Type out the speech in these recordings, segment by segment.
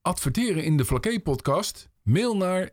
Adverteren in de Flaké podcast? Mail naar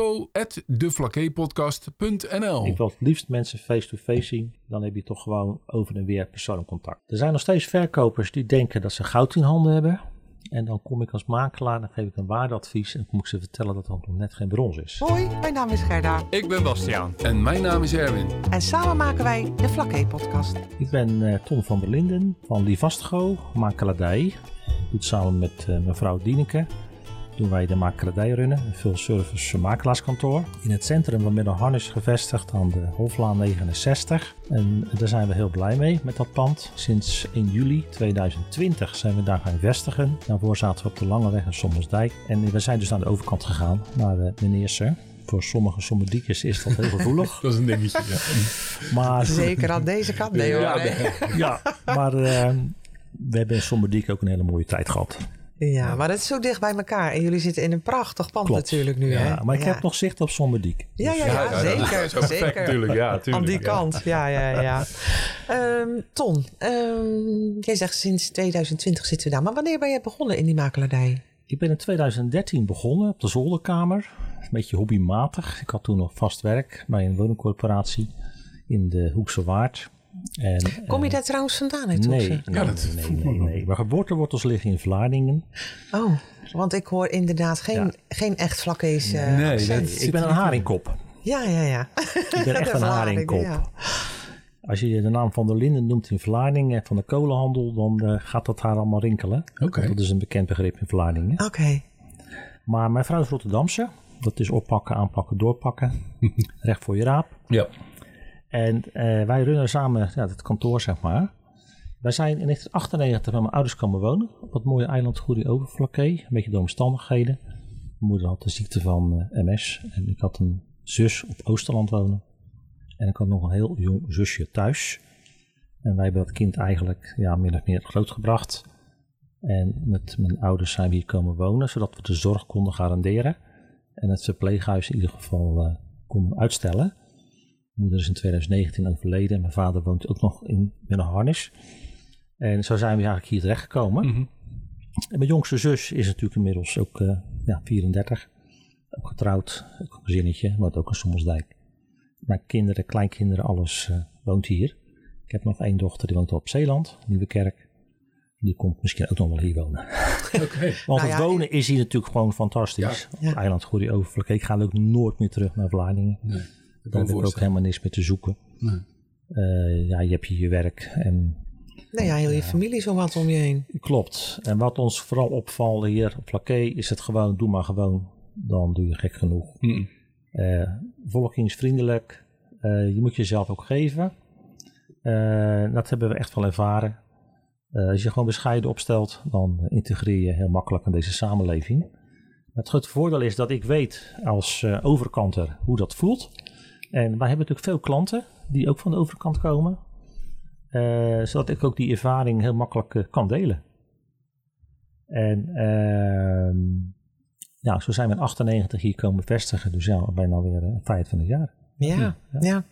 info@deflakeepodcast.nl. Ik wil het liefst mensen face-to-face zien. Dan heb je toch gewoon over en weer persoonlijk contact. Er zijn nog steeds verkopers die denken dat ze goud in handen hebben. En dan kom ik als makelaar, dan geef ik een waardeadvies. En dan moet ik ze vertellen dat het nog net geen brons is. Hoi, mijn naam is Gerda. Ik ben Bastiaan. En mijn naam is Erwin. En samen maken wij de Flaké-podcast. Ik ben Ton van der Linden van Livastgo, makelaardij. Ik doe het samen met mevrouw Dieneke. Doen wij de makelaardij runnen, een full-service makelaarskantoor. In het centrum van Middelharnis gevestigd aan de Hoflaan 69. En daar zijn we heel blij mee met dat pand. Sinds 1 juli 2020 zijn we daar gaan vestigen. Daarvoor zaten we op de Langeweg in Sommelsdijk. En we zijn dus naar de overkant gegaan, naar Meneerse. Voor sommige sommerdiekers is dat heel gevoelig. Dat is een dingetje, ja. Maar, zeker aan deze kant, nee hoor. Ja, maar we hebben in Sommerdiek ook een hele mooie tijd gehad. Ja, maar dat is zo dicht bij elkaar. En jullie zitten in een prachtig pand natuurlijk nu. Ja, hè? Maar ik heb nog zicht op Sommerdiek. Ja, zeker. Zeker. Tuurlijk, ja. Aan die kant, ja. Ton, jij zegt sinds 2020 zitten we daar. Maar wanneer ben je begonnen in die makelaardij? Ik ben in 2013 begonnen op de zolderkamer. Een beetje hobbymatig. Ik had toen nog vast werk bij een woningcorporatie in de Hoekse Waard. Kom je daar trouwens vandaan uit? Nee. Mijn geboortewortels liggen in Vlaardingen. Oh, want ik hoor inderdaad geen echt Flakees accent. Ik ben een haringkop. Ja. Ik ben echt een haringkop. Ja. Als je de naam van der Linden noemt in Vlaardingen van de kolenhandel, dan gaat dat haar allemaal rinkelen. Okay. Dat is een bekend begrip in Vlaardingen. Oké. Maar mijn vrouw is Rotterdamse. Dat is oppakken, aanpakken, doorpakken. Recht voor je raap. Ja. En wij runnen samen het kantoor, zeg maar. Wij zijn in 1998 met mijn ouders komen wonen op het mooie eiland Goeree-Overflakkee. Een beetje door omstandigheden. Mijn moeder had de ziekte van MS. En ik had een zus op Oosterland wonen. En ik had nog een heel jong zusje thuis. En wij hebben dat kind eigenlijk min of meer grootgebracht. En met mijn ouders zijn we hier komen wonen, zodat we de zorg konden garanderen. En het verpleeghuis in ieder geval konden uitstellen. Mijn moeder is in 2019 overleden. Mijn vader woont ook nog in Middelharnis. En zo zijn we eigenlijk hier terechtgekomen. Mm-hmm. En mijn jongste zus is natuurlijk inmiddels ook 34. Ook getrouwd, ook een gezinnetje, maar ook in Sommelsdijk. Mijn kinderen, kleinkinderen, alles woont hier. Ik heb nog 1 dochter, die woont op Zeeland, Nieuwekerk. Die komt misschien ook nog wel hier wonen. Okay. Want het wonen is hier natuurlijk gewoon fantastisch. Ja. Op het eiland Goeree-Overflakkee. Ik ga ook nooit meer terug naar Vlaardingen. Nee. Daar heb ik ook helemaal niks meer te zoeken. Nee. Je hebt hier je werk. En, heel je familie zo wat om je heen. Klopt. En wat ons vooral opvalt hier op Flakkee is het gewoon, doe maar gewoon. Dan doe je gek genoeg. Volkingsvriendelijk. Je moet jezelf ook geven. Dat hebben we echt wel ervaren. Als je gewoon bescheiden opstelt, dan integreer je heel makkelijk in deze samenleving. Het grote voordeel is dat ik weet als overkanter hoe dat voelt. En wij hebben natuurlijk veel klanten die ook van de overkant komen. Zodat ik ook die ervaring heel makkelijk kan delen. En zo zijn we in 1998 hier komen vestigen. Dus bijna weer 25 jaar. Ja.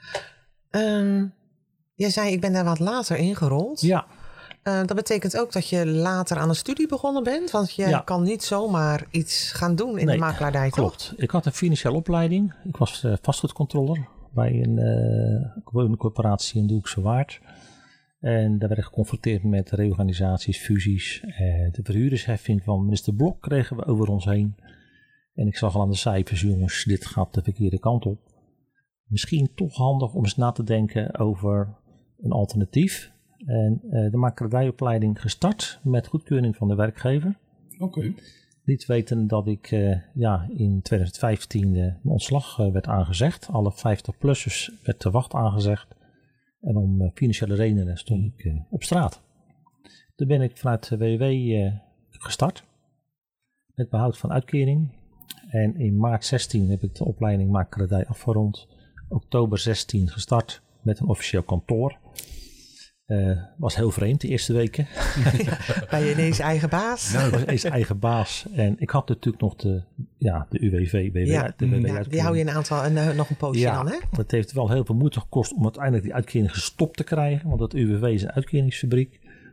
Jij zei, ik ben daar wat later ingerold. Ja. Dat betekent ook dat je later aan een studie begonnen bent? Want je kan niet zomaar iets gaan doen in de makelaardij, toch? Klopt. Ik had een financiële opleiding. Ik was vastgoedcontroller bij een woningcorporatie in de Hoekse Waard. En daar werd ik geconfronteerd met reorganisaties, fusies. De verhuurdersheffing van minister Blok kregen we over ons heen. En ik zag al aan de cijfers, jongens, dit gaat de verkeerde kant op. Misschien toch handig om eens na te denken over een alternatief. En de makelaardijopleiding gestart met goedkeuring van de werkgever. Oké. Niet weten dat ik in 2015 mijn ontslag werd aangezegd. Alle 50-plussers werd te wacht aangezegd. En om financiële redenen stond ik op straat. Toen ben ik vanuit de WW gestart. Met behoud van uitkering. En in maart 16 heb ik de opleiding makelaardij afgerond. Oktober 16 gestart met een officieel kantoor. Was heel vreemd de eerste weken. Ben je ineens eigen baas? Nou, ik was ineens eigen baas. En ik had natuurlijk nog de UWV, die hou je nog een poosje aan, hè? Dat heeft wel heel veel moeite gekost om uiteindelijk die uitkering gestopt te krijgen. Want het UWV is een uitkeringsfabriek.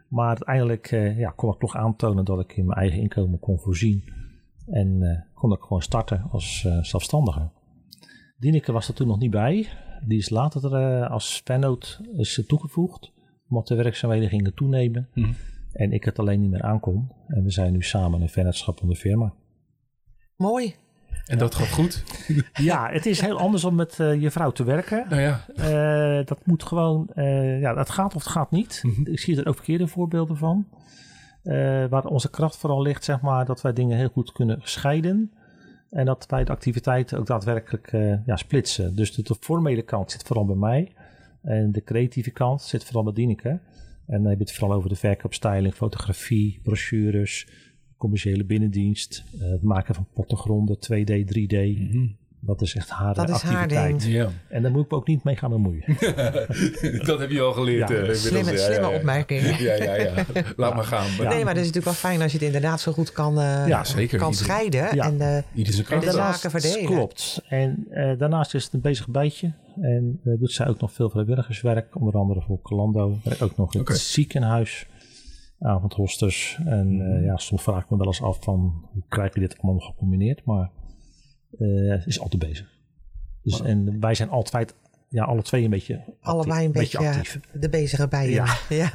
Maar uiteindelijk kon ik toch aantonen dat ik in mijn eigen inkomen kon voorzien. En kon ik gewoon starten als zelfstandige. Dineke was er toen nog niet bij. Die is later als vennoot toegevoegd. Omdat de werkzaamheden gingen toenemen. En ik het alleen niet meer aankon. En we zijn nu samen een vennootschap van de firma. Mooi. En dat gaat goed? Ja, het is heel anders om met je vrouw te werken. Nou ja. Dat moet gewoon... het gaat of het gaat niet. Ik zie er ook verkeerde voorbeelden van. Waar onze kracht vooral ligt, zeg maar, dat wij dingen heel goed kunnen scheiden. En dat wij de activiteiten ook daadwerkelijk splitsen. Dus de formele kant zit vooral bij mij. En de creatieve kant zit vooral bij Dineke. En dan heb je het vooral over de verkoop, styling, fotografie, brochures, commerciële binnendienst, het maken van plattegronden, 2D, 3D. Dat is echt haar activiteit. Haar ding. Ja. En daar moet ik me ook niet mee gaan bemoeien. Dat heb je al geleerd. Ja. Slimme opmerking. Ja. Laat maar gaan. Nee, maar dat is natuurlijk wel fijn als je het inderdaad zo goed kan, zeker. kan scheiden. Ja. En Ieder zijn kracht. de zaken verdelen. Klopt. En daarnaast is het een bezig bijtje. En doet zij ook nog veel vrijwilligerswerk. Onder andere voor Calando. Werkt ook nog in het ziekenhuis. Avondhosters. En soms vraag ik me wel eens af van hoe krijg je dit allemaal nog gecombineerd. Maar is altijd bezig. Dus, en wij zijn altijd, alle twee een beetje actief. Allebei een beetje actief. De bezige bijen. Ja.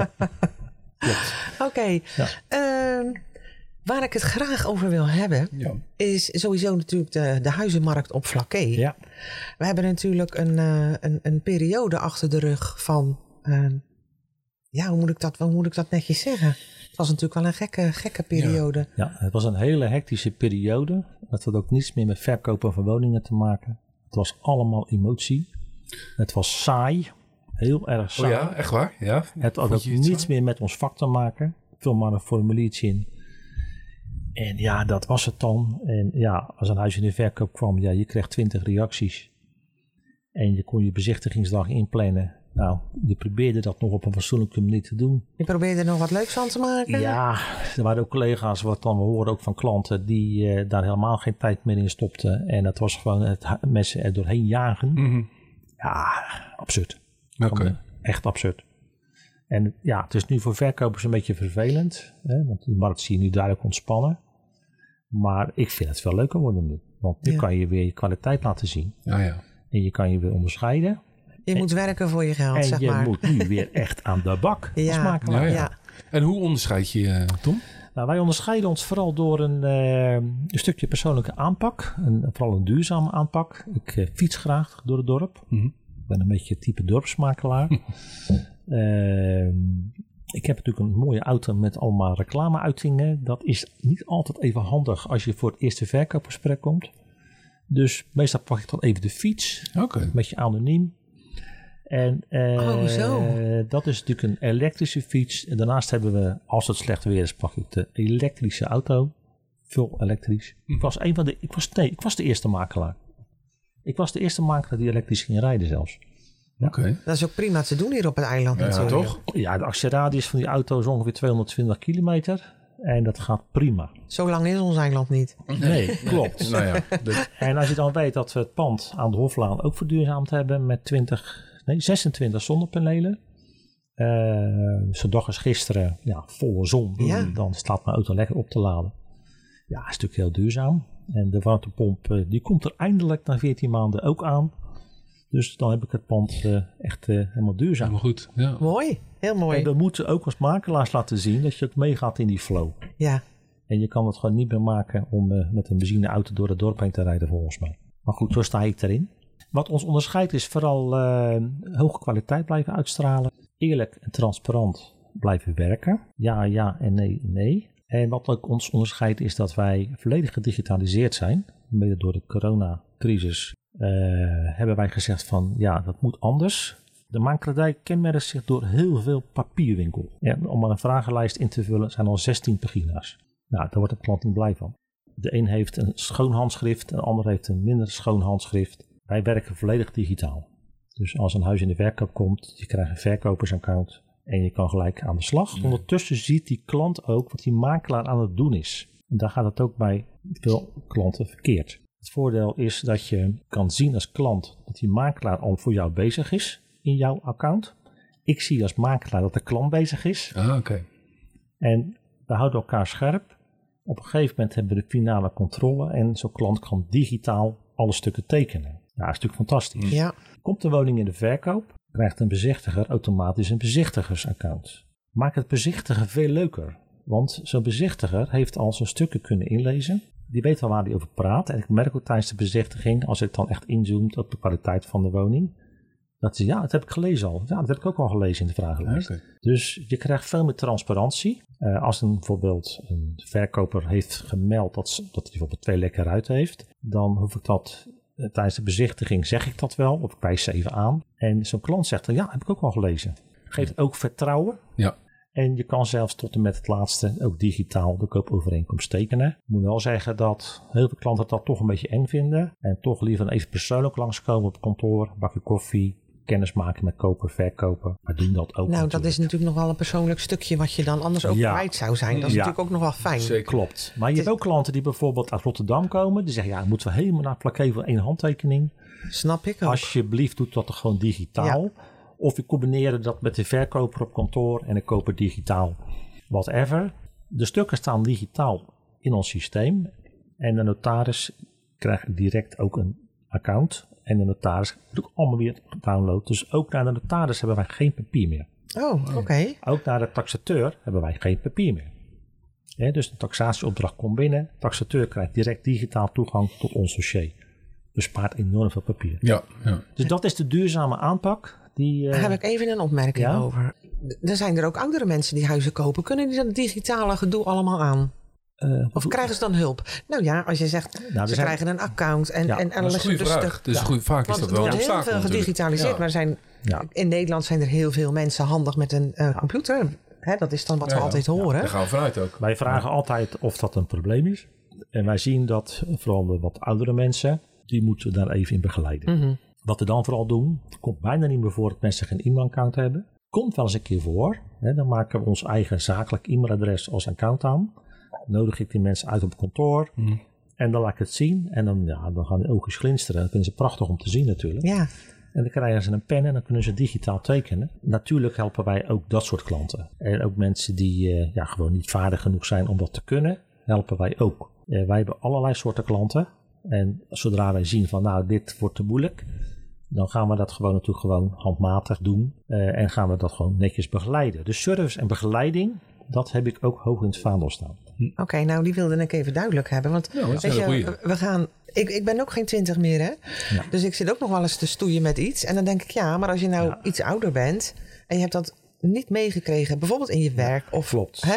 Oké. Ja. Waar ik het graag over wil hebben, is sowieso natuurlijk de huizenmarkt op Flaké. Ja. We hebben natuurlijk een periode achter de rug van, hoe moet ik dat netjes zeggen? Het was natuurlijk wel een gekke periode. Ja, het was een hele hectische periode. Het had ook niets meer met verkopen van woningen te maken. Het was allemaal emotie. Het was saai. Heel erg saai. Oh ja, echt waar? Ja. Het had ook niets meer met ons vak te maken. Vul maar een formuliertje in. En ja, dat was het dan. En ja, als een huis in de verkoop kwam, je kreeg 20 reacties. En je kon je bezichtigingsdag inplannen. Nou, je probeerde dat nog op een fatsoenlijke manier te doen. Je probeerde er nog wat leuks van te maken? Ja, er waren ook collega's, wat dan we hoorden ook van klanten, die daar helemaal geen tijd meer in stopten. En dat was gewoon het mensen er doorheen jagen. Ja, absurd. Okay. Echt absurd. En ja, het is nu voor verkopers een beetje vervelend. Hè, want de markt zie je nu duidelijk ontspannen. Maar ik vind het veel leuker worden nu. Want nu kan je weer je kwaliteit laten zien. Ja. En je kan je weer onderscheiden. Je moet werken voor je geld, en zeg maar. En je moet nu weer echt aan de bak als makelaar. Ja. En hoe onderscheid je, Tom? Nou, wij onderscheiden ons vooral door een stukje persoonlijke aanpak. Vooral een duurzame aanpak. Ik fiets graag door het dorp. Ik ben een beetje type dorpsmakelaar. Ik heb natuurlijk een mooie auto met allemaal reclameuitingen. Dat is niet altijd even handig als je voor het eerste verkoopgesprek komt. Dus meestal pak ik dan even de fiets. Een beetje anoniem. En dat is natuurlijk een elektrische fiets. En daarnaast hebben we, als het slecht weer is, pak ik de elektrische auto. Vul elektrisch. Ik was de eerste makelaar. Ik was de eerste makelaar die elektrisch ging rijden zelfs. Ja. Dat is ook prima te doen hier op het eiland natuurlijk. Toch? Ja, de actieradius van die auto is ongeveer 220 kilometer. En dat gaat prima. Zo lang is ons eiland niet. Nee, klopt. En als je dan weet dat we het pand aan de Hoflaan ook verduurzaamd hebben met 26 zonnepanelen. Zo'n dag is gisteren volle zon. Dan staat mijn auto lekker op te laden. Ja, is natuurlijk heel duurzaam. En de warmtepomp die komt er eindelijk na 14 maanden ook aan. Dus dan heb ik het pand echt helemaal duurzaam. Helemaal goed. Ja. Mooi, heel mooi. En we moeten ook als makelaars laten zien dat je ook meegaat in die flow. Ja. En je kan het gewoon niet meer maken om met een benzineauto door het dorp heen te rijden volgens mij. Maar goed, zo sta ik erin. Wat ons onderscheidt is vooral hoge kwaliteit blijven uitstralen. Eerlijk en transparant blijven werken. Ja en nee. En wat ook ons onderscheidt is dat wij volledig gedigitaliseerd zijn. Mede door de coronacrisis hebben wij gezegd van dat moet anders. De makelaardij kenmerkt zich door heel veel papierwinkel. Om een vragenlijst in te vullen zijn al 16 pagina's. Nou, daar wordt de klant niet blij van. De een heeft een schoon handschrift, de ander heeft een minder schoon handschrift. Wij werken volledig digitaal. Dus als een huis in de verkoop komt, je krijgt een verkopersaccount en je kan gelijk aan de slag. Ondertussen ziet die klant ook wat die makelaar aan het doen is. En daar gaat het ook bij veel klanten verkeerd. Het voordeel is dat je kan zien als klant dat die makelaar al voor jou bezig is in jouw account. Ik zie als makelaar dat de klant bezig is. Oké. En we houden elkaar scherp. Op een gegeven moment hebben we de finale controle. En zo'n klant kan digitaal alle stukken tekenen. Ja, dat is natuurlijk fantastisch. Ja. Komt de woning in de verkoop, krijgt een bezichtiger automatisch een bezichtigersaccount. Maakt het bezichtigen veel leuker. Want zo'n bezichtiger heeft al zijn stukken kunnen inlezen. Die weet al waar hij over praat. En ik merk ook tijdens de bezichtiging, als ik dan echt inzoomt op de kwaliteit van de woning. Dat ze, ja, dat heb ik gelezen al. Ja, dat heb ik ook al gelezen in de vragenlijst. Oké. Dus je krijgt veel meer transparantie. Als bijvoorbeeld een verkoper heeft gemeld dat hij bijvoorbeeld 2 lekke ruiten heeft. Dan hoef ik dat, tijdens de bezichtiging zeg ik dat wel. Of ik wijs ze even aan. En zo'n klant zegt dan, ja, heb ik ook al gelezen. Geeft ook vertrouwen. Ja. En je kan zelfs tot en met het laatste ook digitaal de koopovereenkomst tekenen. Ik moet wel zeggen dat heel veel klanten dat toch een beetje eng vinden. En toch liever even persoonlijk langskomen op kantoor, een bakje koffie, kennis maken met koper, verkoper. Maar doen dat ook. Nou, dat is natuurlijk nog wel een persoonlijk stukje wat je dan anders ook kwijt zou zijn. Dat is natuurlijk ook nog wel fijn. Zeker. Klopt. Maar je hebt ook klanten die bijvoorbeeld uit Rotterdam komen. Die zeggen, ja, moeten we helemaal naar plakken voor 1 handtekening. Snap ik ook. Alsjeblieft, doe dat gewoon digitaal. Ja. Of je combineert dat met de verkoper op kantoor en de koper digitaal. Whatever. De stukken staan digitaal in ons systeem. En de notaris krijgt direct ook een account. En de notaris doet ook allemaal weer download. Dus ook naar de notaris hebben wij geen papier meer. Oh, oké. Ook naar de taxateur hebben wij geen papier meer. Ja, dus de taxatieopdracht komt binnen. De taxateur krijgt direct digitaal toegang tot ons dossier. Bespaart enorm veel papier. Ja. Dus dat is de duurzame aanpak. Daar heb ik even een opmerking over. Er zijn er ook oudere mensen die huizen kopen. Kunnen die dat digitale gedoe allemaal aan? Of krijgen ze dan hulp? Nou ja, als je zegt, ze krijgen een account en alles is rustig. Dus vaak is dat wel een obstakel. Er wordt heel veel gedigitaliseerd, maar in Nederland zijn er heel veel mensen handig met een computer. Dat is dan wat we altijd horen. Daar gaan we vanuit ook. Wij vragen altijd of dat een probleem is. En wij zien dat vooral de wat oudere mensen, die moeten we daar even in begeleiden. Mm-hmm. Wat we dan vooral doen, komt bijna niet meer voor dat mensen geen e-mailaccount hebben. Komt wel eens een keer voor. Dan maken we ons eigen zakelijk e-mailadres als account aan. Nodig ik die mensen uit op kantoor. En dan laat ik het zien. En dan gaan de oogjes glinsteren. Dat vinden ze prachtig om te zien natuurlijk. Ja. En dan krijgen ze een pen en dan kunnen ze digitaal tekenen. Natuurlijk helpen wij ook dat soort klanten. En ook mensen die gewoon niet vaardig genoeg zijn om dat te kunnen, helpen wij ook. Wij hebben allerlei soorten klanten. En zodra wij zien van dit wordt te moeilijk, dan gaan we dat gewoon handmatig doen. En gaan we dat gewoon netjes begeleiden. Dus service en begeleiding, dat heb ik ook hoog in het vaandel staan. Oké, nou die wilde ik even duidelijk hebben. Want we gaan. Ik ben ook geen 20 meer, hè? Ja. Dus ik zit ook nog wel eens te stoeien met iets. En dan denk ik, maar als je iets ouder bent en je hebt dat niet meegekregen, bijvoorbeeld in je werk, of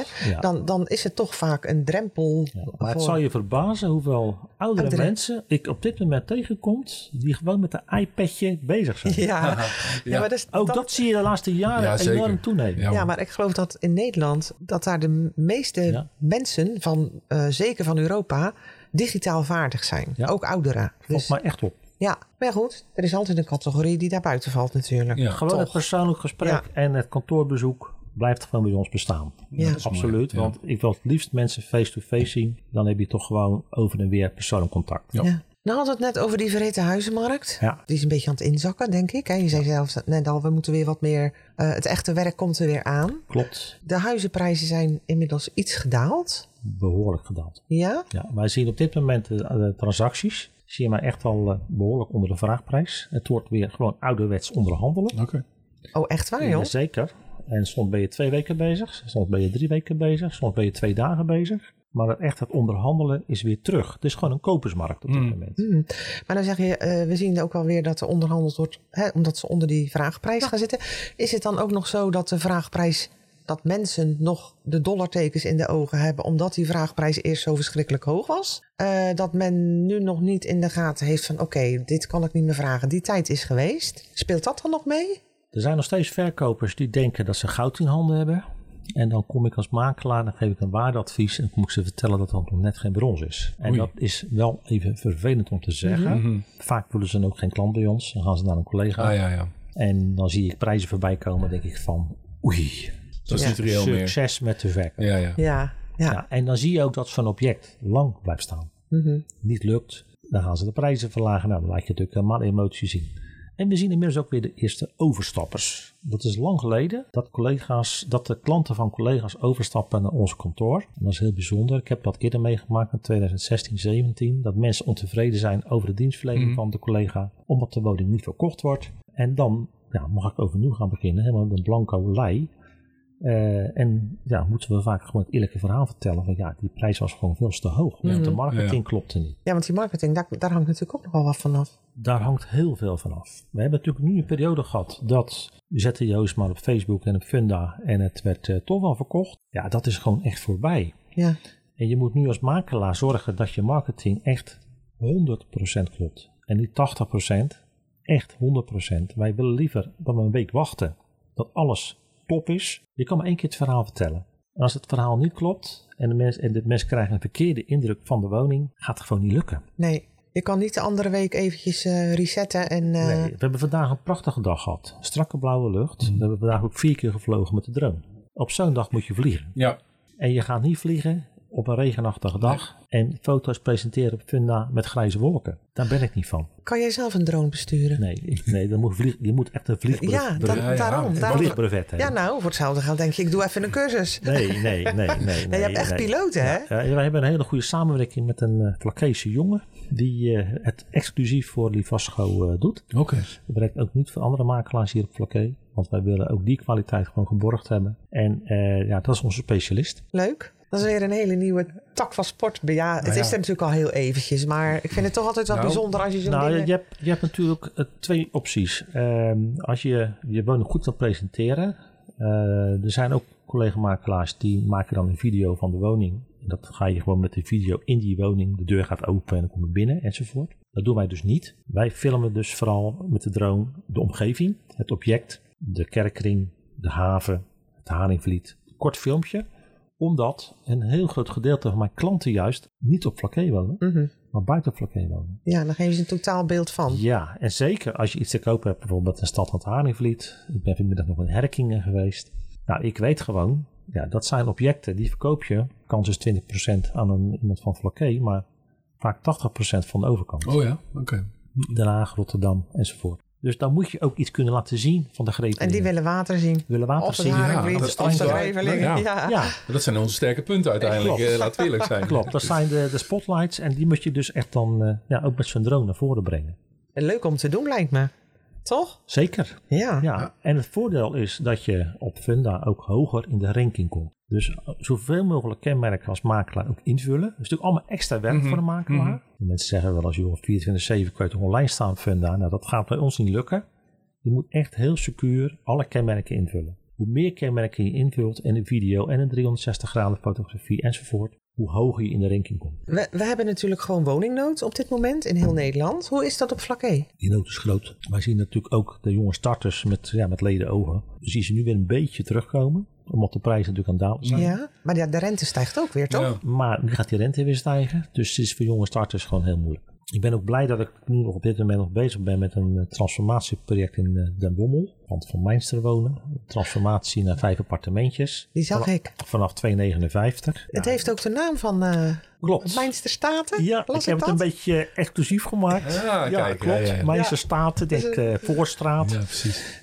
dan is het toch vaak een drempel. Ja, maar het zal je verbazen hoeveel oudere mensen ik op dit moment tegenkomt, die gewoon met een iPadje bezig zijn. Ja, maar dat zie je de laatste jaren enorm toenemen. Ja, maar ik geloof dat in Nederland, dat daar de meeste mensen van, zeker van Europa, digitaal vaardig zijn. Ja. Ook ouderen. Valt mij echt op. Ja, maar goed, er is altijd een categorie die daar buiten valt natuurlijk. Ja. Gewoon het persoonlijk gesprek en het kantoorbezoek blijft gewoon bij ons bestaan. Ja. Absoluut, want ik wil het liefst mensen face-to-face zien. Dan heb je toch gewoon over en weer persoonlijk contact. Ja. Nou hadden we het net over die verreten huizenmarkt. Ja. Die is een beetje aan het inzakken, denk ik. Je zei zelf net al, we moeten weer wat meer, het echte werk komt er weer aan. Klopt. De huizenprijzen zijn inmiddels iets gedaald. Behoorlijk gedaald. Ja? Ja, wij zien op dit moment de transacties. Zie je maar echt al behoorlijk onder de vraagprijs. Het wordt weer gewoon ouderwets onderhandelen. Oké. Oh, echt waar, joh? Zeker. En soms ben je 2 weken bezig. Soms ben je 3 weken bezig. Soms ben je 2 dagen bezig. Maar het onderhandelen is weer terug. Het is gewoon een kopersmarkt op dit moment. Maar dan zeg je, we zien ook alweer dat er onderhandeld wordt, omdat ze onder die vraagprijs gaan zitten. Is het dan ook nog zo dat de vraagprijs, dat mensen nog de dollartekens in de ogen hebben, omdat die vraagprijs eerst zo verschrikkelijk hoog was? Dat men nu nog niet in de gaten heeft van oké, dit kan ik niet meer vragen. Die tijd is geweest. Speelt dat dan nog mee? Er zijn nog steeds verkopers die denken dat ze goud in handen hebben. En dan kom ik als makelaar, dan geef ik een waardeadvies en dan moet ik ze vertellen dat dat nog net geen brons is. En dat is wel even vervelend om te zeggen. Mm-hmm. Vaak willen ze ook geen klant bij ons. Dan gaan ze naar een collega. En dan zie ik prijzen voorbij komen en denk ik van oei. Dat is niet reëel meer. Succes met de verkoop. Ja. En dan zie je ook dat zo'n object lang blijft staan. Mm-hmm. Niet lukt, dan gaan ze de prijzen verlagen. Nou, dan laat je natuurlijk helemaal emotie zien. En we zien inmiddels ook weer de eerste overstappers. Dat is lang geleden dat de klanten van collega's overstappen naar ons kantoor. Dat is heel bijzonder. Ik heb dat eerder meegemaakt in 2016, 2017. Dat mensen ontevreden zijn over de dienstverlening van de collega. Omdat de woning niet verkocht wordt. En dan mag ik overnieuw gaan beginnen. Helemaal een blanco lei. En moeten we vaak gewoon het eerlijke verhaal vertellen. Van die prijs was gewoon veel te hoog. Want de marketing klopte niet. Ja, want die marketing, daar hangt natuurlijk ook nog wel wat vanaf. Daar hangt heel veel vanaf. We hebben natuurlijk nu een periode gehad dat je zette Joost maar op Facebook en op Funda en het werd toch wel verkocht. Ja, dat is gewoon echt voorbij. Ja. En je moet nu als makelaar zorgen dat je marketing echt 100% klopt. En niet 80%, echt 100%. Wij willen liever dan een week wachten dat alles top is. Je kan maar 1 keer het verhaal vertellen. En als het verhaal niet klopt en de mensen krijgen een verkeerde indruk van de woning, gaat het gewoon niet lukken. Nee, je kan niet de andere week eventjes resetten. En, Nee, we hebben vandaag een prachtige dag gehad. Strakke blauwe lucht. We hebben vandaag ook 4 keer gevlogen met de drone. Op zo'n dag moet je vliegen. Ja. En je gaat niet vliegen op een regenachtige dag en foto's presenteren op Funda met grijze wolken. Daar ben ik niet van. Kan jij zelf een drone besturen? Nee, je moet echt een vliegbrevet daarom. hebben. Ja, nou, voor hetzelfde geld denk je, ik doe even een cursus. Nee. Je hebt echt piloten, hè? Ja, wij hebben een hele goede samenwerking met een Vlakese jongen die het exclusief voor Livasco doet. Oké. Dat werkt ook niet voor andere makelaars hier op Vlakke, want wij willen ook die kwaliteit gewoon geborgd hebben. En dat is onze specialist. Leuk. Dat is weer een hele nieuwe tak van sport. Ja, het is er natuurlijk al heel eventjes, maar ik vind het toch altijd wel bijzonder als je zo'n dingen... Je hebt natuurlijk 2 opties. Als je woning goed wilt presenteren, er zijn ook collega-makelaars die maken dan een video van de woning. En dat ga je gewoon met de video in die woning, de deur gaat open en dan kom je binnen enzovoort. Dat doen wij dus niet. Wij filmen dus vooral met de drone de omgeving, het object, de kerkring, de haven, het Haringvliet. Een kort filmpje. Omdat een heel groot gedeelte van mijn klanten juist niet op Vlakke wonen, maar buiten Vlakke wonen. Ja, dan geven ze een totaal beeld van. Ja, en zeker als je iets te kopen hebt, bijvoorbeeld een stad als Haringvliet. Ik ben vanmiddag nog in Herkingen geweest. Nou, ik weet gewoon, dat zijn objecten, die verkoop je. Kans is 20% aan iemand van Vlakke, maar vaak 80% van de overkant. Oh ja, oké. Den Haag, Rotterdam enzovoort. Dus dan moet je ook iets kunnen laten zien van de grepen. En die willen water zien. Of de Haringvliet, of de Grevelingen. Ja. Dat zijn onze sterke punten uiteindelijk, laat eerlijk zijn. Klopt, dat zijn de spotlights en die moet je dus echt dan ook met zo'n drone naar voren brengen. En leuk om te doen lijkt me. Toch? Zeker. Ja. En het voordeel is dat je op Funda ook hoger in de ranking komt. Dus zoveel mogelijk kenmerken als makelaar ook invullen. Dat is natuurlijk allemaal extra werk voor de makelaar. Mensen zeggen wel als je op 24/7 kan je toch online staan op Funda. Nou, dat gaat bij ons niet lukken. Je moet echt heel secuur alle kenmerken invullen. Hoe meer kenmerken je invult en een video en een 360 graden fotografie enzovoort, hoe hoger je in de ranking komt. We hebben natuurlijk gewoon woningnood op dit moment in heel Nederland. Hoe is dat op Vlakke? Die nood is groot. Wij zien natuurlijk ook de jonge starters met leden ogen. Dus die ze nu weer een beetje terugkomen. Omdat de prijzen natuurlijk aan het dalen zijn. Ja, maar de rente stijgt ook weer, toch? Ja. Maar nu gaat die rente weer stijgen. Dus het is voor jonge starters gewoon heel moeilijk. Ik ben ook blij dat ik nu nog op dit moment nog bezig ben met een transformatieproject in Den Bommel. Want van Mijnster wonen. Transformatie naar 5 appartementjes. Die zag ik. Vanaf 2,59. Het heeft ook de naam van Mijnster Staten. Ja, ik heb het een beetje exclusief gemaakt. Ja, kijk, klopt. Ja. Mijnster Staten, denk Voorstraat. Ja, precies.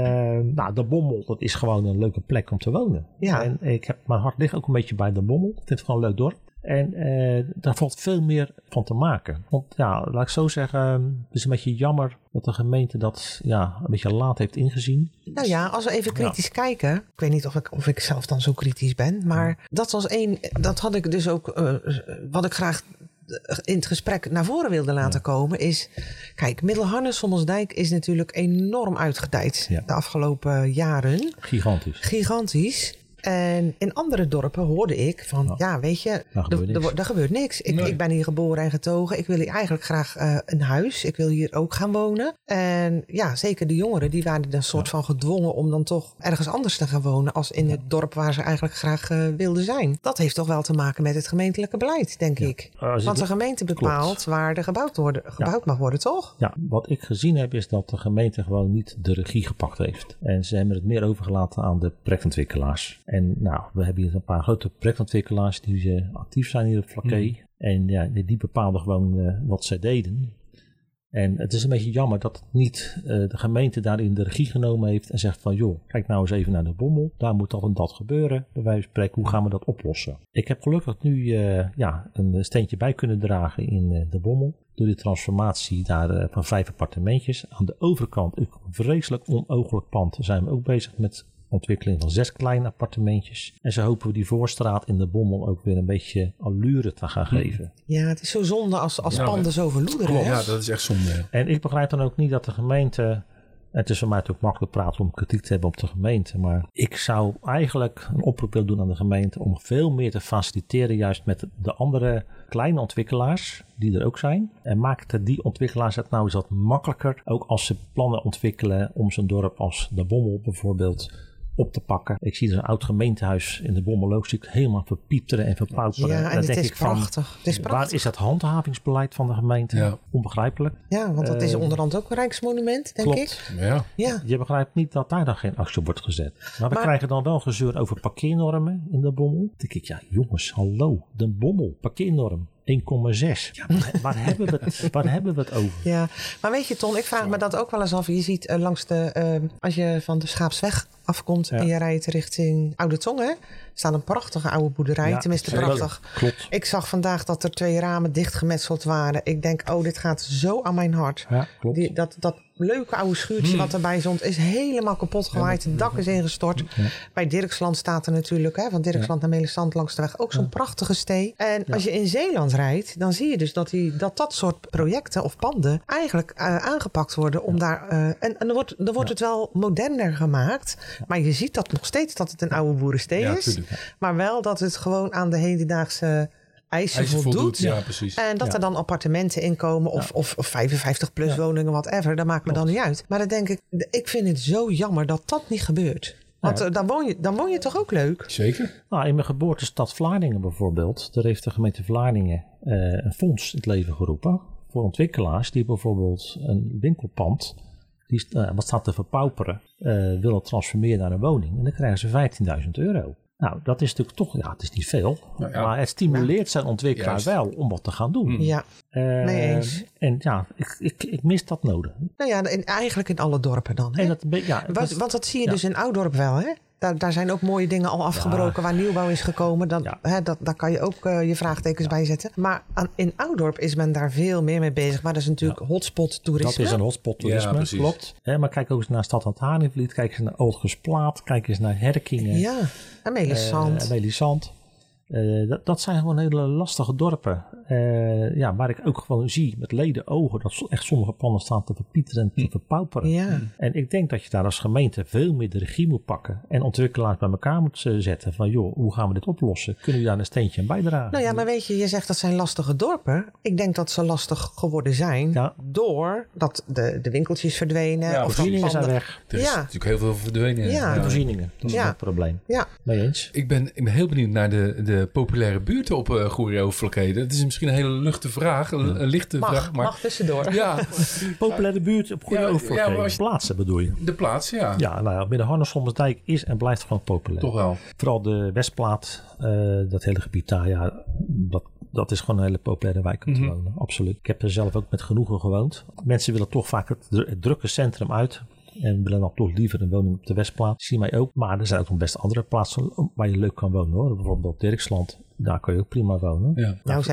De Bommel, dat is gewoon een leuke plek om te wonen. Ja. En mijn hart ligt ook een beetje bij de Bommel. Ik vind het gewoon een leuk dorp. En daar valt veel meer van te maken. Want laat ik zo zeggen, het is een beetje jammer dat de gemeente dat een beetje laat heeft ingezien. Nou ja, als we even kritisch kijken. Ik weet niet of ik zelf dan zo kritisch ben. Maar dat was dat had ik dus ook, wat ik graag in het gesprek naar voren wilde laten komen, is, kijk, Middelharnis, Sommelsdijk is natuurlijk enorm uitgedijd de afgelopen jaren. Gigantisch. En in andere dorpen hoorde ik van, weet je, er gebeurt niks. Ik ben hier geboren en getogen. Ik wil hier eigenlijk graag een huis. Ik wil hier ook gaan wonen. En zeker de jongeren, die waren een soort van gedwongen om dan toch ergens anders te gaan wonen als in het dorp waar ze eigenlijk graag wilden zijn. Dat heeft toch wel te maken met het gemeentelijke beleid, denk ik. Want de gemeente bepaalt waar er gebouwd mag worden, toch? Ja, wat ik gezien heb is dat de gemeente gewoon niet de regie gepakt heeft. En ze hebben het meer overgelaten aan de projectontwikkelaars. En we hebben hier een paar grote projectontwikkelaars die actief zijn hier op Vlakke. En die bepaalden gewoon wat zij deden. En het is een beetje jammer dat niet de gemeente daarin de regie genomen heeft en zegt van joh, kijk nou eens even naar de Bommel. Daar moet dat en dat gebeuren. Bij wijze van spreken, hoe gaan we dat oplossen? Ik heb gelukkig nu een steentje bij kunnen dragen in de Bommel. Door die transformatie daar van 5 appartementjes. Aan de overkant, een vreselijk onooglijk pand, zijn we ook bezig met ontwikkeling van 6 kleine appartementjes. En zo hopen we die voorstraat in de Bommel ook weer een beetje allure te gaan geven. Ja, het is zo zonde als panden zo verloederen. Hè? Ja, dat is echt zonde. En ik begrijp dan ook niet dat de gemeente... Het is voor mij natuurlijk makkelijk praten om kritiek te hebben op de gemeente. Maar ik zou eigenlijk een oproep willen doen aan de gemeente om veel meer te faciliteren juist met de andere kleine ontwikkelaars die er ook zijn. En maakt die ontwikkelaars het nou eens wat makkelijker. Ook als ze plannen ontwikkelen om zo'n dorp als de Bommel bijvoorbeeld op te pakken. Ik zie dus een oud gemeentehuis in de Bommel zie ik helemaal verpieteren en verpauperen. Ja, en dan het denk is ik van, prachtig. Het is prachtig. waar is het handhavingsbeleid van de gemeente? Ja. Onbegrijpelijk. Ja, want dat is onderhand ook een rijksmonument, denk ik. Ja. Je begrijpt niet dat daar dan geen actie op wordt gezet. Maar we krijgen dan wel gezeur over parkeernormen in de Bommel. Dan denk ik, ja jongens, hallo, de Bommel, parkeernorm 1,6. Ja, waar hebben we het over? Ja, maar weet je Ton, ik vraag me dat ook wel eens af. Je ziet langs als je van de Schaapsweg afkomt en je rijdt richting Oude Tong, hè? Staat een prachtige oude boerderij. Ja, tenminste prachtig. Klopt. Ik zag vandaag dat er 2 ramen dichtgemetseld waren. Ik denk, dit gaat zo aan mijn hart. Ja, klopt. Dat leuke oude schuurtje wat erbij stond is helemaal kapot gewaaid. Het dak is ingestort. Ja. Bij Dirksland staat er natuurlijk, van Dirksland naar Melisand langs de weg, ook zo'n prachtige stee. En als je in Zeeland rijdt, dan zie je dus dat soort projecten of panden eigenlijk aangepakt worden om daar... en dan wordt het wel moderner gemaakt. Maar je ziet dat nog steeds dat het een oude boerenstee is. Tuurlijk. Maar wel dat het gewoon aan de hedendaagse eisen voldoet. Ja, precies. En dat er dan appartementen inkomen of 55 plus woningen, whatever. Dat maakt me dan niet uit. Maar dan denk ik vind het zo jammer dat dat niet gebeurt. Want dan woon je toch ook leuk? Zeker. Nou, in mijn geboortestad Vlaardingen bijvoorbeeld. Daar heeft de gemeente Vlaardingen een fonds in het leven geroepen. Voor ontwikkelaars die bijvoorbeeld een winkelpand, wat staat te verpauperen, willen transformeren naar een woning. En dan krijgen ze €15.000. Nou, dat is natuurlijk toch, het is niet veel. Nou ja. Maar het stimuleert zijn ontwikkelaar wel om wat te gaan doen. Ja, mee eens. En ik mis dat nodig. Nou ja, eigenlijk in alle dorpen dan. Hè? Want dat zie je dus in Oudorp wel, hè? Daar zijn ook mooie dingen al afgebroken waar nieuwbouw is gekomen. Daar kan je ook je vraagtekens bij zetten. Maar in Oudorp is men daar veel meer mee bezig. Maar dat is natuurlijk hotspot toerisme. Dat is een hotspot toerisme, klopt. Maar kijk ook eens naar Stad aan het Haringvliet. Kijk eens naar Oudgersplaat. Kijk eens naar Herkingen. Ja, en Melisand. Dat zijn gewoon hele lastige dorpen. Waar ik ook gewoon zie met leden ogen dat echt sommige panden staan te verpieteren en te verpauperen. Ja. En ik denk dat je daar als gemeente veel meer de regie moet pakken en ontwikkelaars bij elkaar moet zetten van joh, hoe gaan we dit oplossen? Kunnen jullie daar een steentje aan bijdragen? Nou ja, maar weet je zegt dat zijn lastige dorpen. Ik denk dat ze lastig geworden zijn doordat de winkeltjes verdwenen. Ja, voorzieningen zijn weg. Er is natuurlijk heel veel verdwenen. Ja, de voorzieningen. Dat is het probleem. Ja. Mee eens. Ik ben heel benieuwd naar de populaire buurten op Goeree-Overflakkee. Dat is misschien een hele luchte vraag. Een lichte vraag. Maar mag tussendoor. Ja. Populaire buurt op Goeree-Overflakkee. Plaatsen bedoel je? De plaats, ja. Ja, nou ja, midden Harnes-Sommersdijk is en blijft gewoon populair. Toch wel. Vooral de Westplaat, dat hele gebied daar, dat is gewoon een hele populaire wijk om te wonen. Absoluut. Ik heb er zelf ook met genoegen gewoond. Mensen willen toch vaak het drukke centrum uit. En willen dan toch liever een woning op de Westplaat. Zie mij ook. Maar er zijn ook nog best andere plaatsen waar je leuk kan wonen hoor. Bijvoorbeeld op Dirksland. Daar kan je ook prima wonen. Ja.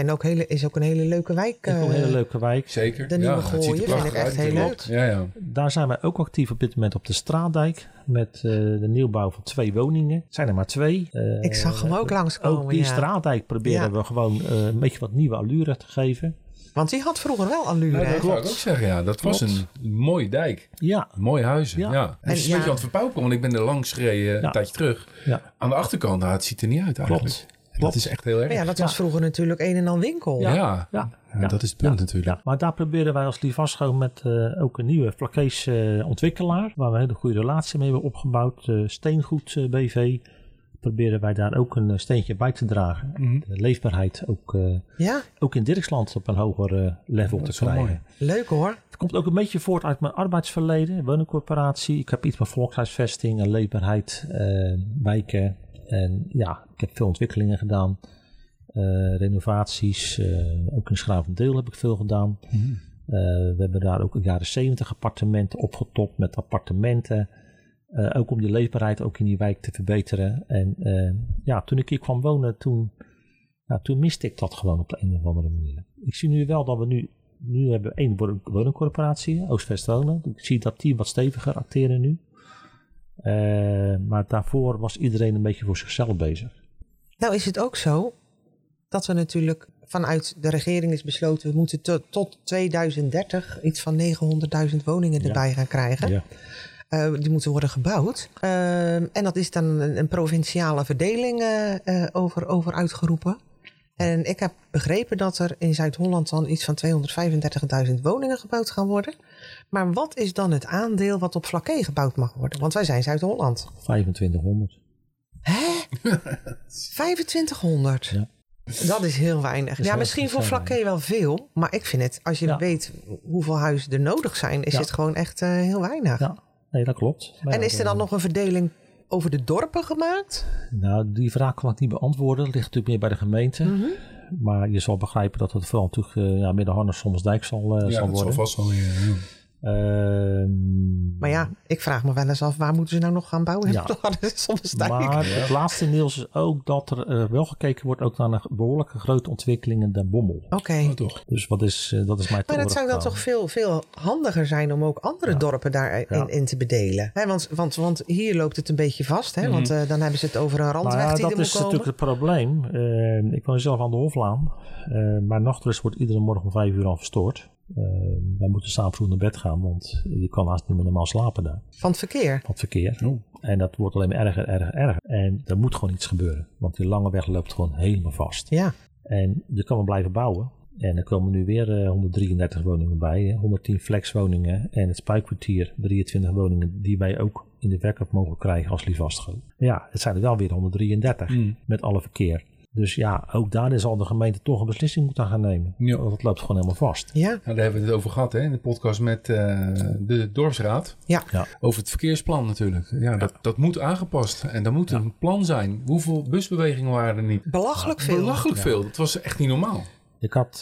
Is ook een hele leuke wijk. Ook een hele leuke wijk. Zeker. De Nieuwe Gooien vind ik echt heel leuk. Ja. Daar zijn wij ook actief op dit moment op de Straatdijk. Met de nieuwbouw van 2 woningen. Zijn er maar 2. Ik zag hem ook langskomen. Ook die Straatdijk proberen we gewoon een beetje wat nieuwe allure te geven. Want die had vroeger wel allure. Dat zou ik ook zeggen, Dat was een mooie dijk. Ja. Mooie huizen, ja. Het is een beetje aan het verpauperen, want ik ben er langs gereden een tijdje terug. Ja. Aan de achterkant, het ziet er niet uit eigenlijk. Klopt. Dat is echt heel erg. Maar ja, dat was vroeger natuurlijk een en al winkel. Ja, dat is het punt natuurlijk. Ja. Maar daar proberen wij als Livasco met ook een nieuwe Flakkees ontwikkelaar, waar we een hele goede relatie mee hebben opgebouwd, Steengoed BV. Proberen wij daar ook een steentje bij te dragen. De leefbaarheid ook in Dirksland op een hoger level te krijgen. Mooi. Leuk hoor. Het komt ook een beetje voort uit mijn arbeidsverleden. Woningcorporatie. Ik heb iets met volkshuisvesting en leefbaarheid, wijken. En ik heb veel ontwikkelingen gedaan. Renovaties. Ook in Schravendeel heb ik veel gedaan. We hebben daar ook in de jaren 70 appartementen opgetopt met appartementen. Ook om de leefbaarheid ook in die wijk te verbeteren. En toen ik hier kwam wonen, toen miste ik dat gewoon op de een of andere manier. Ik zie nu wel dat we nu hebben we één woningcorporatie, Oost-West Wonen. Ik zie dat die wat steviger acteren nu. Maar daarvoor was iedereen een beetje voor zichzelf bezig. Nou is het ook zo dat we natuurlijk vanuit de regering is besloten... we moeten tot 2030 iets van 900.000 woningen erbij gaan krijgen. Ja. Die moeten worden gebouwd. En dat is dan een provinciale verdeling over uitgeroepen. En ik heb begrepen dat er in Zuid-Holland dan iets van 235.000 woningen gebouwd gaan worden. Maar wat is dan het aandeel wat op Vlakke gebouwd mag worden? Want wij zijn Zuid-Holland. 2500. Hè? 2500? Ja. Dat is heel weinig. Dus misschien voor Vlakke wel veel. Maar ik vind het, als je weet hoeveel huizen er nodig zijn... is het gewoon echt heel weinig. Ja, nee, dat klopt. Maar en is er dan nog een verdeling over de dorpen gemaakt? Nou, die vraag kan ik niet beantwoorden. Dat ligt natuurlijk meer bij de gemeente. Mm-hmm. Maar je zal begrijpen dat het vooral natuurlijk Middenharnis, Sommelsdijk zal worden. Ja, dat zal vast wel weer. Maar ja, ik vraag me wel eens af, waar moeten ze nou nog gaan bouwen? Ja. Maar het laatste nieuws is ook dat er wel gekeken wordt ook naar een behoorlijke grote ontwikkeling in Den Bommel. Oké. Toch. Dus dat is mij Maar het zou dan toch veel handiger zijn om ook andere dorpen daarin te bedelen. Hè, want hier loopt het een beetje vast. Hè? Want dan hebben ze het over een randweg die er moet komen. Dat is natuurlijk het probleem. Ik woon zelf aan de Hoflaan. Mijn nachtrust wordt iedere morgen om 5 uur al verstoord. Wij moeten 's avonds vroeg naar bed gaan, want je kan haast niet meer normaal slapen daar. Van het verkeer? Van het verkeer. Oh. En dat wordt alleen maar erger. En er moet gewoon iets gebeuren, want die lange weg loopt gewoon helemaal vast. Ja. En je kan wel blijven bouwen. En er komen nu weer 133 woningen bij, 110 flexwoningen en het Spuikkwartier 23 woningen die wij ook in de verkoop mogen krijgen als die vastgoed. Ja, het zijn er wel weer 133 met alle verkeer. Dus ja, ook daarin zal de gemeente toch een beslissing moeten gaan nemen. Ja. Want het loopt gewoon helemaal vast. Ja. Nou, daar hebben we het over gehad hè, in de podcast met de dorpsraad. Ja. Over het verkeersplan natuurlijk. Ja, dat moet aangepast. En daar moet een plan zijn. Hoeveel busbewegingen waren er niet? Belachelijk veel. Belachelijk veel. Dat was echt niet normaal. Ik had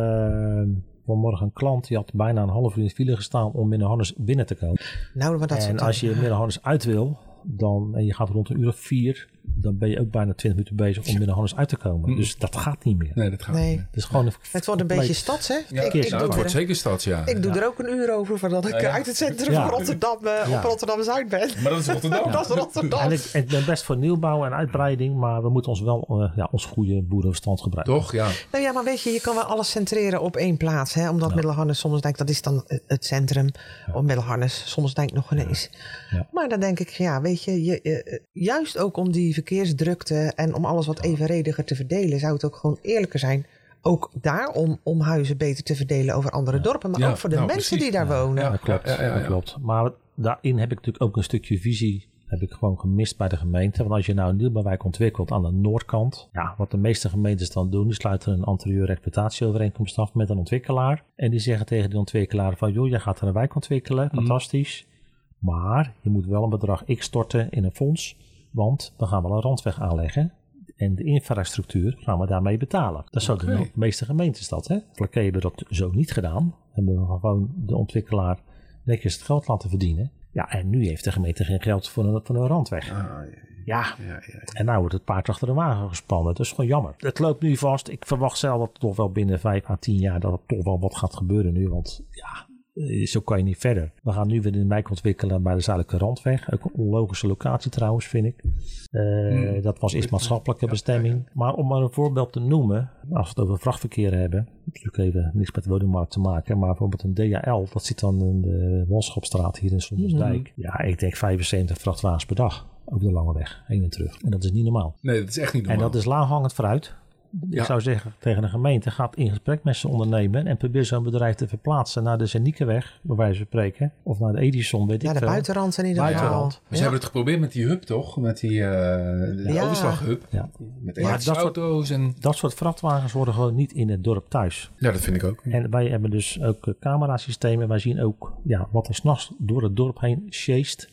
vanmorgen een klant die had bijna een half uur in de file gestaan om Middenharnis binnen te komen. Nou, maar dat en als je Middenharnis uit wil, en je gaat rond een uur of 4... dan ben je ook bijna 20 minuten bezig om Middenharnis uit te komen. Dus dat gaat niet meer. Nee, dat gaat niet meer. Het is gewoon het wordt een beetje stads, hè? Ja, het wordt zeker stads, ja. Ik doe er ook een uur over voordat ik uit het centrum van Rotterdam op Rotterdam-Zuid ben. Maar dat is Rotterdam. Dat is Rotterdam. En ik ben best voor nieuwbouw en uitbreiding, maar we moeten ons wel ons goede boerenverstand gebruiken. Toch, ja. Nou ja, maar weet je kan wel alles centreren op één plaats. Hè? Omdat Middelharnis, Sommelsdijk, dat is dan het centrum. Of Middelharnis, Sommelsdijk nog ineens. Ja. Maar dan denk ik, weet je, juist ook om die verkeersdrukte en om alles wat evenrediger te verdelen, zou het ook gewoon eerlijker zijn. Ook daar om huizen beter te verdelen over andere dorpen. Maar ook voor de mensen die daar wonen. Ja, dat klopt. Dat klopt. Maar daarin heb ik natuurlijk ook een stukje visie heb ik gewoon gemist bij de gemeente. Want als je nou een nieuwbouwwijk ontwikkelt aan de noordkant. Ja, wat de meeste gemeentes dan doen. Die sluiten een anterieure exploitatieovereenkomst af met een ontwikkelaar. En die zeggen tegen die ontwikkelaar van joh, jij gaat er een wijk ontwikkelen. Fantastisch. Maar je moet wel een bedrag X storten in een fonds. Want we gaan wel een randweg aanleggen. En de infrastructuur gaan we daarmee betalen. Dat is zo de meeste gemeentes dat. Hè? Vlakke hebben dat zo niet gedaan. Hebben we gewoon de ontwikkelaar netjes het geld laten verdienen. Ja, en nu heeft de gemeente geen geld voor een randweg. Ja. En nou wordt het paard achter de wagen gespannen. Dat is gewoon jammer. Het loopt nu vast. Ik verwacht zelf dat toch wel binnen 5 à 10 jaar dat er toch wel wat gaat gebeuren nu. Want zo kan je niet verder. We gaan nu weer een wijk ontwikkelen bij de Zuidelijke Randweg. Ook een onlogische locatie trouwens, vind ik. Dat was eerst maatschappelijke bestemming. Maar om maar een voorbeeld te noemen, als we het over vrachtverkeer hebben, natuurlijk even niks met de woningmarkt te maken, maar bijvoorbeeld een DHL, dat zit dan in de Wolschopstraat hier in Sommelsdijk. Ja, ik denk 75 vrachtwagens per dag over de lange weg, heen en terug. En dat is niet normaal. Nee, dat is echt niet normaal. En dat is laaghangend fruit. Ik zou zeggen tegen de gemeente, gaat in gesprek met zijn ondernemen en probeer zo'n bedrijf te verplaatsen naar de Zeniekeweg, bij wijze van spreken, of naar de Edison, weet ik veel. Ja, de buitenrand in ieder geval. Ze hebben het geprobeerd met die hub, toch? Met die overslaghub. Ja. Met elektroauto's en... Dat soort vrachtwagens worden gewoon niet in het dorp thuis. Ja, dat vind ik ook. En wij hebben dus ook camerasystemen. Wij zien ook wat er 's nachts door het dorp heen sjeest.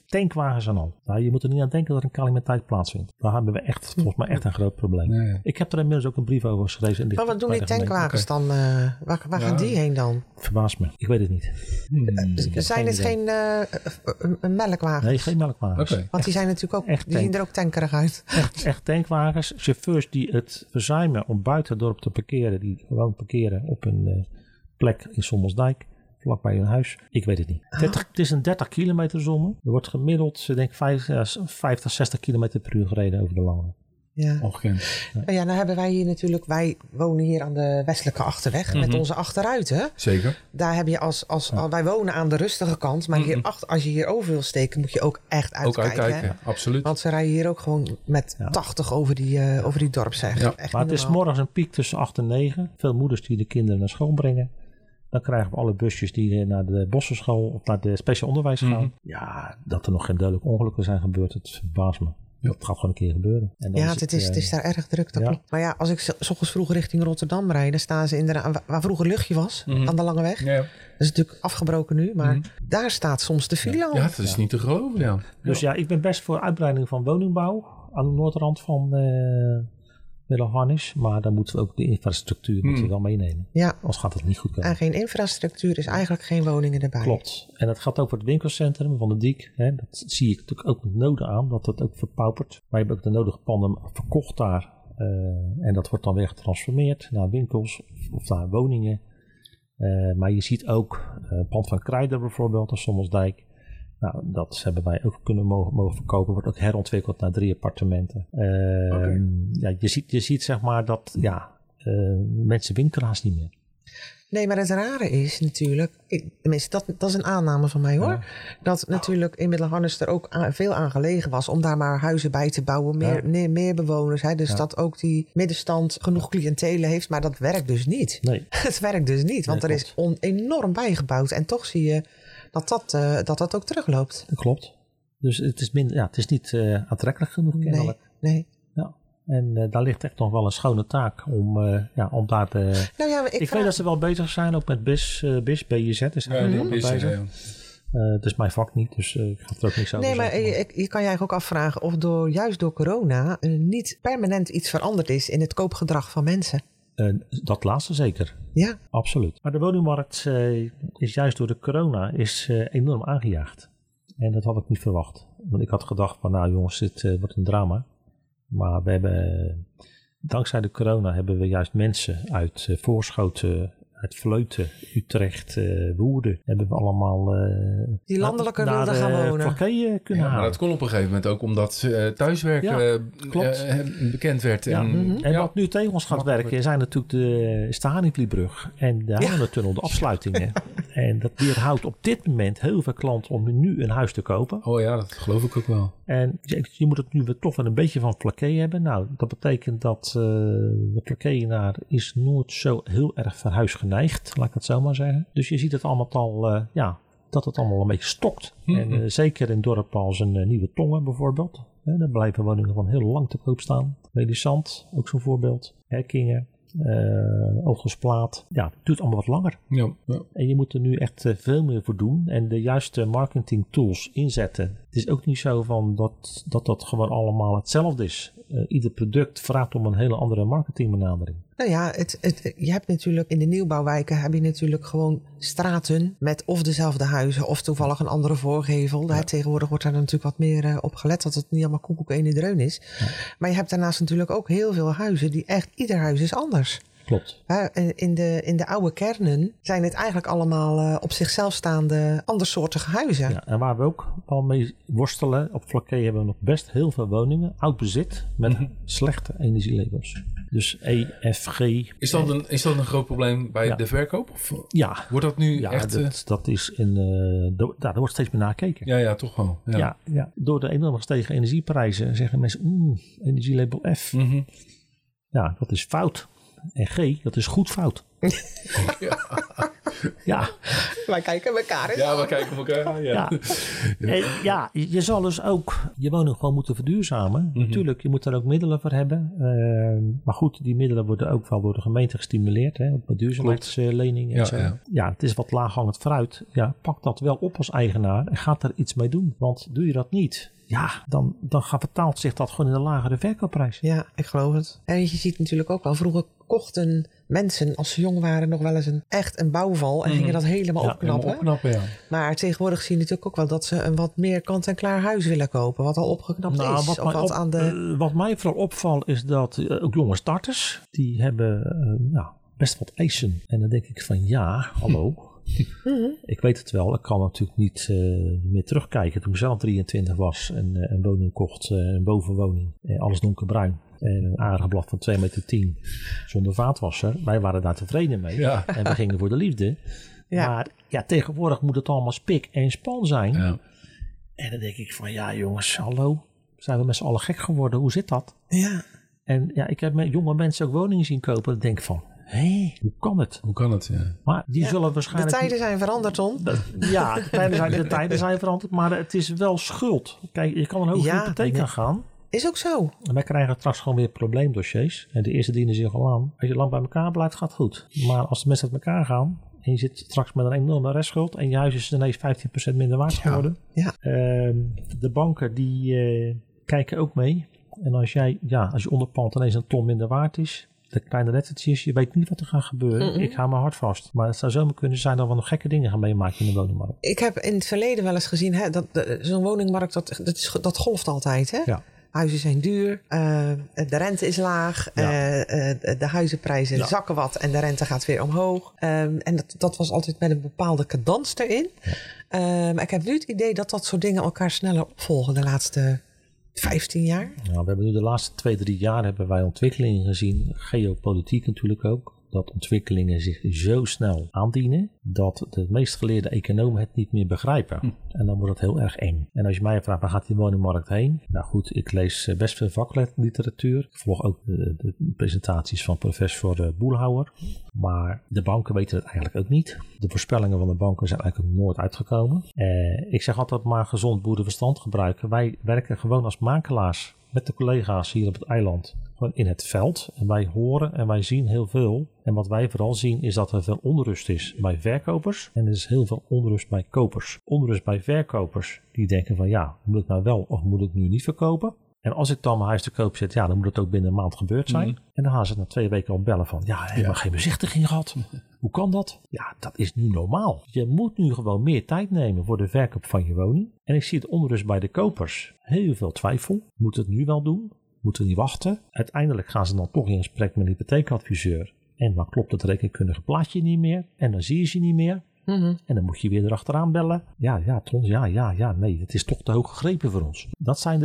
tankwagens en al. Nou, je moet er niet aan denken dat er een calamiteit plaatsvindt. Daar hebben we echt, volgens mij echt een groot probleem. Nee. Ik heb er inmiddels ook een brief over geschreven. Maar wat doen die tankwagens dan? Waar gaan die heen dan? Verbaast me. Ik weet het niet. Zijn het geen melkwagens? Nee, geen melkwagens. Okay. Want die zijn natuurlijk ook, echt die zien er ook tankerig uit. Echt tankwagens. Chauffeurs die het verzuimen om buiten het dorp te parkeren. Die gewoon parkeren op een plek in Sommelsdijk. Vlakbij hun huis. Ik weet het niet. Het is een 30 kilometer zone. Er wordt gemiddeld, denk ik, 50, 60 kilometer per uur gereden over de lange. Ja. Ongekend. Nou hebben wij hier natuurlijk, wij wonen hier aan de westelijke achterweg met onze achteruiten. Zeker. Daar heb je wij wonen aan de rustige kant, maar hier als je hier over wil steken, moet je ook echt uitkijken. Ook uitkijken, absoluut. Want ze rijden hier ook gewoon met 80 over die dorpsweg. Ja. Echt maar het is morgens een piek tussen 8 en 9. Veel moeders die de kinderen naar school brengen. Dan krijgen we alle busjes die naar de Bossenschool of naar de speciaal onderwijs gaan. Ja, dat er nog geen dodelijke ongelukken zijn gebeurd, het verbaast me. Ja. Dat gaat gewoon een keer gebeuren. En dan het is daar erg druk. Dat klopt. Maar ja, als ik 's ochtends vroeg richting Rotterdam rijd, dan staan ze inderdaad waar vroeger luchtje was, aan de lange weg. Ja. Dat is natuurlijk afgebroken nu, maar daar staat soms de file al. Ja, dat is niet te geloven. Ja. Dus ik ben best voor uitbreiding van woningbouw aan de noordrand van Middelharnis. Maar dan moeten we ook de infrastructuur wel meenemen. Ja. Anders gaat het niet goed komen. En geen infrastructuur is eigenlijk geen woningen erbij. Klopt. En dat gaat ook voor het winkelcentrum van de Diek. Hè. Dat zie ik natuurlijk ook met noden aan, dat het ook verpaupert. Maar je hebt ook de nodige panden verkocht daar. En dat wordt dan weer getransformeerd naar winkels of naar woningen. Maar je ziet ook pand van Kreider bijvoorbeeld, of Sommelsdijk. Nou, dat hebben wij ook kunnen mogen verkopen. Wordt ook herontwikkeld naar 3 appartementen. Je ziet zeg maar dat mensen winkelen haast niet meer. Nee, maar het rare is natuurlijk, tenminste dat is een aanname van mij hoor. Ja. Dat natuurlijk in Middelharnis er ook veel aan gelegen was om daar maar huizen bij te bouwen. Meer bewoners. Hè, dus dat ook die middenstand genoeg cliëntelen heeft. Maar dat werkt dus niet. Nee. Het werkt dus niet, want er is enorm bijgebouwd. En toch zie je dat ook terugloopt. Klopt. Dus het is het is niet aantrekkelijk genoeg kennelijk. Nee. Ja. En daar ligt echt nog wel een schone taak om daar te... Ik weet dat ze wel bezig zijn, ook met BIS, BIZ is bezig. Het is mijn vak niet, dus ik ga het er ook niet zo over zeggen. Maar je kan je eigenlijk ook afvragen of juist door corona niet permanent iets veranderd is in het koopgedrag van mensen. Dat laatste zeker. Ja. Absoluut. Maar de woningmarkt is juist door de corona enorm aangejaagd. En dat had ik niet verwacht. Want ik had gedacht van jongens, dit wordt een drama. Maar we hebben, dankzij de corona hebben we juist mensen uit Voorschoten, uit Vleuten, Utrecht, Woerden, hebben we allemaal die landelijker wilden gaan wonen. Kunnen halen. Maar dat kon op een gegeven moment ook omdat thuiswerken bekend werd. En wat nu tegen ons gaat werken zijn natuurlijk de Haringvlietbrug en de Haarlemmertunnel, de afsluitingen. En dat weerhoudt op dit moment heel veel klanten om nu een huis te kopen. Oh ja, dat geloof ik ook wel. En je moet het nu toch wel een beetje van Flaké hebben. Nou, dat betekent dat de Flakéenaar is nooit zo heel erg verhuisgeneigd, laat ik het zo maar zeggen. Dus je ziet het allemaal dat het allemaal een beetje stokt. En zeker in dorpen als een Nieuwe Tongen bijvoorbeeld. Daar blijven woningen van heel lang te koop staan. Medisant, ook zo'n voorbeeld. Herkingen. Oogelsplaat. Ja, het duurt allemaal wat langer. Ja. En je moet er nu echt veel meer voor doen. En de juiste marketing tools inzetten. Het is ook niet zo van dat gewoon allemaal hetzelfde is. Ieder product vraagt om een hele andere marketingbenadering. Nou ja, je hebt natuurlijk in de nieuwbouwwijken heb je natuurlijk gewoon straten met of dezelfde huizen of toevallig een andere voorgevel. Ja. Tegenwoordig wordt daar natuurlijk wat meer op gelet dat het niet allemaal koekoek één de dreun is. Ja. Maar je hebt daarnaast natuurlijk ook heel veel huizen die echt, ieder huis is anders. Klopt. In de oude kernen zijn het eigenlijk allemaal op zichzelf staande andersoortige huizen. Ja, en waar we ook al mee worstelen, op Flaké hebben we nog best heel veel woningen, oud bezit, met slechte energielabels. Dus EFG. Is dat een groot probleem bij de verkoop? Of wordt dat nu echt... Dat is daar wordt steeds meer naar gekeken. Ja, toch wel. Ja. Ja. Door de enorm gestegen energieprijzen zeggen mensen, energielabel F. Ja, dat is fout. En G, dat is goed fout. Ja. Wij kijken elkaar eens Ja, aan. we kijken elkaar aan. Ja. Je zal dus ook je woning gewoon moeten verduurzamen. Natuurlijk, je moet daar ook middelen voor hebben. Maar goed, die middelen worden ook wel door de gemeente gestimuleerd. Hè, met duurzaamheidsleningen en zo. Ja, het is wat laaghangend fruit. Ja, pak dat wel op als eigenaar en ga er iets mee doen. Want doe je dat niet, ja, dan vertaalt zich dat gewoon in een lagere verkoopprijs. Ja, ik geloof het. En je ziet natuurlijk ook wel, vroeger kochten mensen als ze jong waren nog wel eens een bouwval en gingen dat helemaal opknappen. Maar tegenwoordig zie je natuurlijk ook wel dat ze een wat meer kant-en-klaar huis willen kopen, wat al opgeknapt is. Wat mij vooral opvalt is dat ook jonge starters, die hebben best wat eisen. En dan denk ik van hallo. Ik weet het wel, ik kan natuurlijk niet meer terugkijken. Toen ik zelf 23 was en een woning kocht, een bovenwoning, alles donkerbruin. En een aardige blad van 2,10 meter zonder vaatwasser. Wij waren daar tevreden mee. Ja. En we gingen voor de liefde. Ja. Maar tegenwoordig moet het allemaal spik en span zijn. Ja. En dan denk ik van jongens, hallo. Zijn we met z'n allen gek geworden? Hoe zit dat? Ja. En ik heb met jonge mensen ook woningen zien kopen. Dan denk ik van, hoe kan het? Hoe kan het, ja. Maar die zullen waarschijnlijk... De tijden zijn veranderd, Ton. De tijden zijn veranderd. Maar het is wel schuld. Kijk, je kan een hoge hypotheek aan gaan. Is ook zo. En wij krijgen straks gewoon weer probleemdossiers. En de eerste dienen zich al aan. Als je lang bij elkaar blijft, gaat het goed. Maar als de mensen uit elkaar gaan en je zit straks met een enorme restschuld en je huis is ineens 15% minder waard geworden. Ja. De banken die kijken ook mee. En als je onderpand ineens een ton minder waard is, de kleine lettertjes, je weet niet wat er gaat gebeuren. Ik hou me hard vast. Maar het zou zomaar kunnen zijn dat we nog gekke dingen gaan meemaken in de woningmarkt. Ik heb in het verleden wel eens gezien, dat zo'n woningmarkt, dat golft altijd. Hè? Ja. Huizen zijn duur, de rente is laag, de huizenprijzen zakken wat en de rente gaat weer omhoog. En dat was altijd met een bepaalde cadans erin. Ja. Maar ik heb nu het idee dat soort dingen elkaar sneller opvolgen de laatste 15 jaar. Nou, we hebben nu de laatste 2-3 jaar hebben wij ontwikkelingen gezien, geopolitiek natuurlijk ook. Dat ontwikkelingen zich zo snel aandienen dat de meest geleerde economen het niet meer begrijpen. En dan wordt het heel erg eng. En als je mij vraagt, waar gaat die woningmarkt heen? Nou goed, ik lees best veel vakliteratuur. Ik volg ook de presentaties van professor Boelhouwer. Maar de banken weten het eigenlijk ook niet. De voorspellingen van de banken zijn eigenlijk nooit uitgekomen. Ik zeg altijd maar gezond boerenverstand gebruiken. Wij werken gewoon als makelaars met de collega's hier op het eiland. Gewoon in het veld. En wij horen en wij zien heel veel. En wat wij vooral zien is dat er veel onrust is bij verkopers. En er is heel veel onrust bij kopers. Onrust bij verkopers die denken van moet ik nou wel of moet ik nu niet verkopen? En als ik dan mijn huis te koop zet, dan moet het ook binnen een maand gebeurd zijn. En dan gaan ze na 2 weken al bellen van, helemaal geen bezichtiging gehad. Hoe kan dat? Ja, dat is nu normaal. Je moet nu gewoon meer tijd nemen voor de verkoop van je woning. En ik zie het onrust bij de kopers. Heel veel twijfel. Moet het nu wel doen? Moeten niet wachten. Uiteindelijk gaan ze dan toch in gesprek met een hypotheekadviseur. En dan klopt het rekenkundige plaatje niet meer. En dan zie je ze niet meer. En dan moet je weer erachteraan bellen. Ton, nee, het is toch te hoog gegrepen voor ons. Dat zijn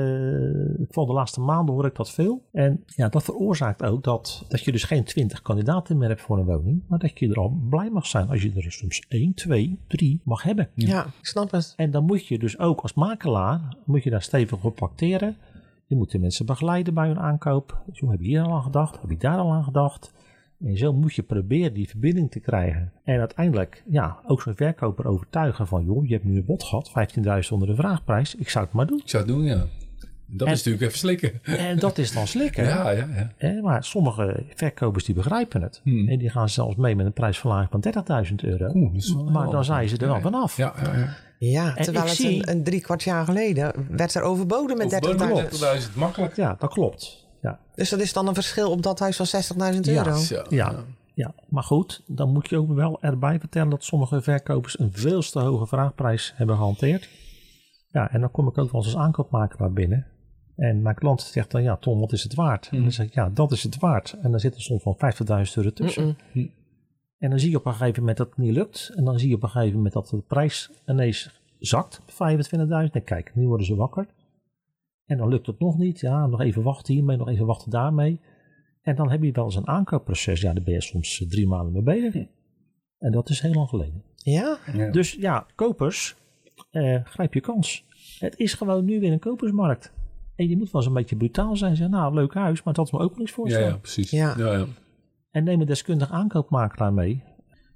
voor de laatste maanden hoor ik dat veel. En dat veroorzaakt ook dat je dus geen 20 kandidaten meer hebt voor een woning. Maar dat je er al blij mag zijn als je er soms 1, 2, 3 mag hebben. Ja, ik snap het. En dan moet je dus ook als makelaar, moet je daar stevig op acteren. Je moet de mensen begeleiden bij hun aankoop. Zo heb je hier al aan gedacht, heb je daar al aan gedacht. En zo moet je proberen die verbinding te krijgen. En uiteindelijk, ook zo'n verkoper overtuigen van, je hebt nu een bod gehad, 15.000 onder de vraagprijs. Ik zou het maar doen. Ik zou het doen, ja. Dat is natuurlijk even slikken. En dat is dan slikken. Ja. Maar sommige verkopers die begrijpen het. En die gaan zelfs mee met een prijsverlaging van €30.000. Maar dan zijn ze er wel vanaf. Ja, terwijl het een 3/4 jaar geleden werd er overboden met €30.000. Makkelijk. Ja, dat klopt. Ja. Dus dat is dan een verschil op dat huis van €60.000? Ja, maar goed, dan moet je ook wel erbij vertellen dat sommige verkopers een veel te hoge vraagprijs hebben gehanteerd. Ja, en dan kom ik ook wel als aankoopmakelaar binnen. En mijn klant zegt dan, Tom, wat is het waard? En dan zeg ik, dat is het waard. En dan zit er soms van €50.000 tussen. En dan zie je op een gegeven moment dat het niet lukt. En dan zie je op een gegeven moment dat de prijs ineens zakt, €25.000. En kijk, nu worden ze wakker. En dan lukt het nog niet. Nog even wachten hiermee, nog even wachten daarmee. En dan heb je wel eens een aankoopproces. Daar ben je soms 3 maanden mee bezig. En dat is heel lang geleden. Ja. Dus kopers, grijp je kans. Het is gewoon nu weer een kopersmarkt. En je moet wel eens een beetje brutaal zijn. Zeggen, leuk huis, maar dat is me ook niks voorstellen. Ja, precies. Ja. En neem een deskundig aankoopmakelaar mee.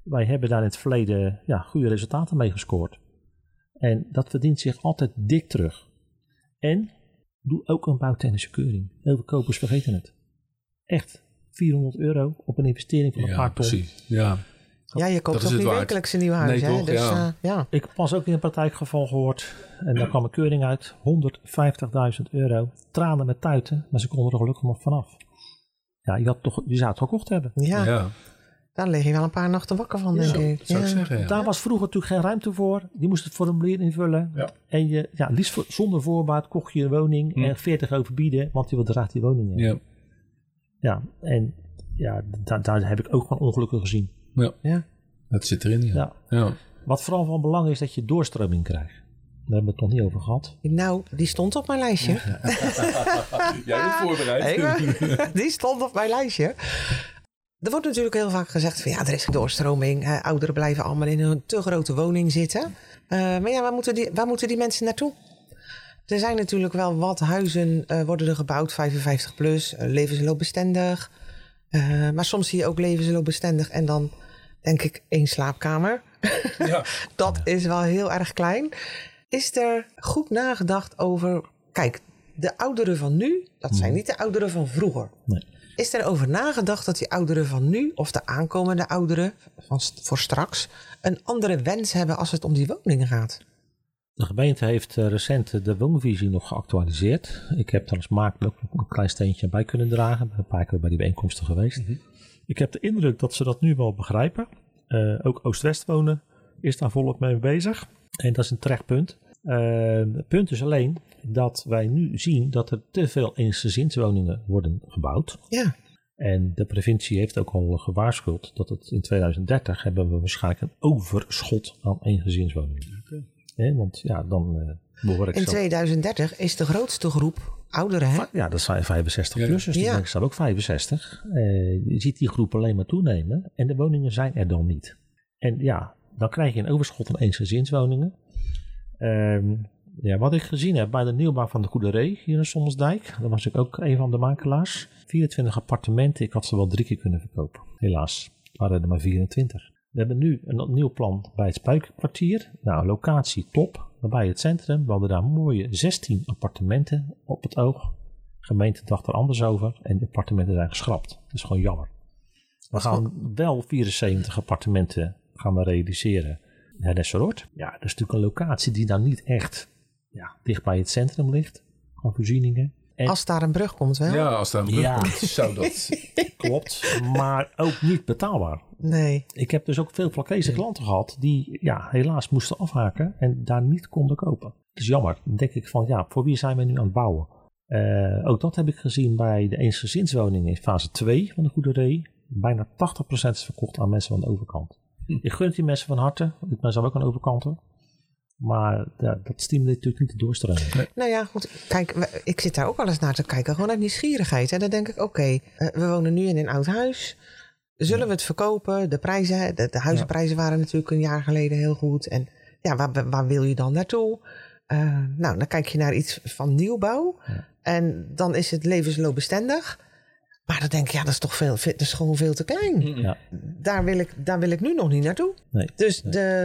wij hebben daar in het verleden goede resultaten mee gescoord. En dat verdient zich altijd dik terug. En doe ook een bouwtechnische keuring. Heel veel kopers vergeten het. Echt, €400 op een investering van een paar ton. Precies. Ja. Ja, je koopt Dat is toch het niet waard. wekelijks een nieuw huis, Nee, hè? toch? Dus, Ja. Ik heb pas ook in een praktijkgeval gehoord. En daar kwam een keuring uit. €150.000. Tranen met tuiten. Maar ze konden er gelukkig nog vanaf. Ja, je zou het gekocht hebben. Ja, daar lig je wel een paar nachten wakker van, denk ik. Zou ik zeggen, ja. Daar was vroeger natuurlijk geen ruimte voor. Die moest het formulier invullen. Ja. En je, liefst zonder voorbaat kocht je een woning en 40 overbieden, want je wilde graag die woning hebben. Ja. Ja, en daar heb ik ook gewoon ongelukken gezien. Ja. Dat zit erin, ja. Ja. Wat vooral van belang is dat je doorstroming krijgt. Daar hebben we het nog niet over gehad. Nou, die stond op mijn lijstje. Jij bent voorbereid. Die stond op mijn lijstje. Er wordt natuurlijk heel vaak gezegd van er is doorstroming. Ouderen blijven allemaal in een te grote woning zitten. Maar ja, waar moeten die mensen naartoe? Er zijn natuurlijk wel wat huizen worden er gebouwd, 55 plus, levensloopbestendig. Maar soms zie je ook levensloopbestendig en dan denk ik 1 slaapkamer. Ja. Dat is wel heel erg klein. Is er goed nagedacht over... Kijk, de ouderen van nu, dat zijn niet de ouderen van vroeger. Nee. Is er over nagedacht dat die ouderen van nu... of de aankomende ouderen voor straks... een andere wens hebben als het om die woningen gaat? De gemeente heeft recent de woonvisie nog geactualiseerd. Ik heb daar als maker ook een klein steentje bij kunnen dragen. Ik ben een paar keer bij die bijeenkomsten geweest. Mm-hmm. Ik heb de indruk dat ze dat nu wel begrijpen. Ook Oost-West wonen is daar volop mee bezig. En dat is een terecht punt. Het punt is alleen dat wij nu zien dat er te veel eensgezinswoningen worden gebouwd. Ja. En de provincie heeft ook al gewaarschuwd dat het in 2030 hebben we waarschijnlijk een overschot aan eengezinswoningen. Okay. Want dan behoor ik in 2030 is de grootste groep ouderen, hè? Ja, dat zijn 65-plussers. Ja. Ik sta ook 65. Je ziet die groep alleen maar toenemen. En de woningen zijn er dan niet. En dan krijg je een overschot aan eensgezinswoningen. Wat ik gezien heb bij de nieuwbouw van de Goede Ree hier in Sommelsdijk. Daar was ik ook een van de makelaars. 24 appartementen. Ik had ze wel 3 keer kunnen verkopen. Helaas waren er maar 24. We hebben nu een nieuw plan bij het Spuikenkwartier. Nou, locatie top. Bij het centrum. We hadden daar mooie 16 appartementen op het oog. De gemeente dacht er anders over. En de appartementen zijn geschrapt. Dat is gewoon jammer. We gaan wel 74 appartementen gaan realiseren. Resort. Ja, dat is natuurlijk een locatie die nou niet echt dicht bij het centrum ligt. Van voorzieningen. En als daar een brug komt wel. Ja, als daar een brug komt, zou dat. Klopt, maar ook niet betaalbaar. Nee. Ik heb dus ook veel Vlakese klanten gehad die helaas moesten afhaken en daar niet konden kopen. Dat is jammer. Dan denk ik van voor wie zijn we nu aan het bouwen? Ook dat heb ik gezien bij de eensgezinswoningen in fase 2 van de Goede Ree. Bijna 80% is verkocht aan mensen van de overkant. Ik gun die mensen van harte. Ik ben zelf ook aan de overkanten. Maar dat stimuleert natuurlijk niet de doorstroming. Nee. Nou ja, goed. Kijk, ik zit daar ook wel eens naar te kijken. Gewoon uit nieuwsgierigheid. En dan denk ik, oké, we wonen nu in een oud huis. Zullen we het verkopen? De prijzen, de huizenprijzen waren natuurlijk een jaar geleden heel goed. En waar wil je dan naartoe? Dan kijk je naar iets van nieuwbouw. Ja. En dan is het levensloopbestendig. Maar dan denk ik, dat is toch dat is gewoon veel te klein. Ja. Daar wil ik nu nog niet naartoe. Nee, dus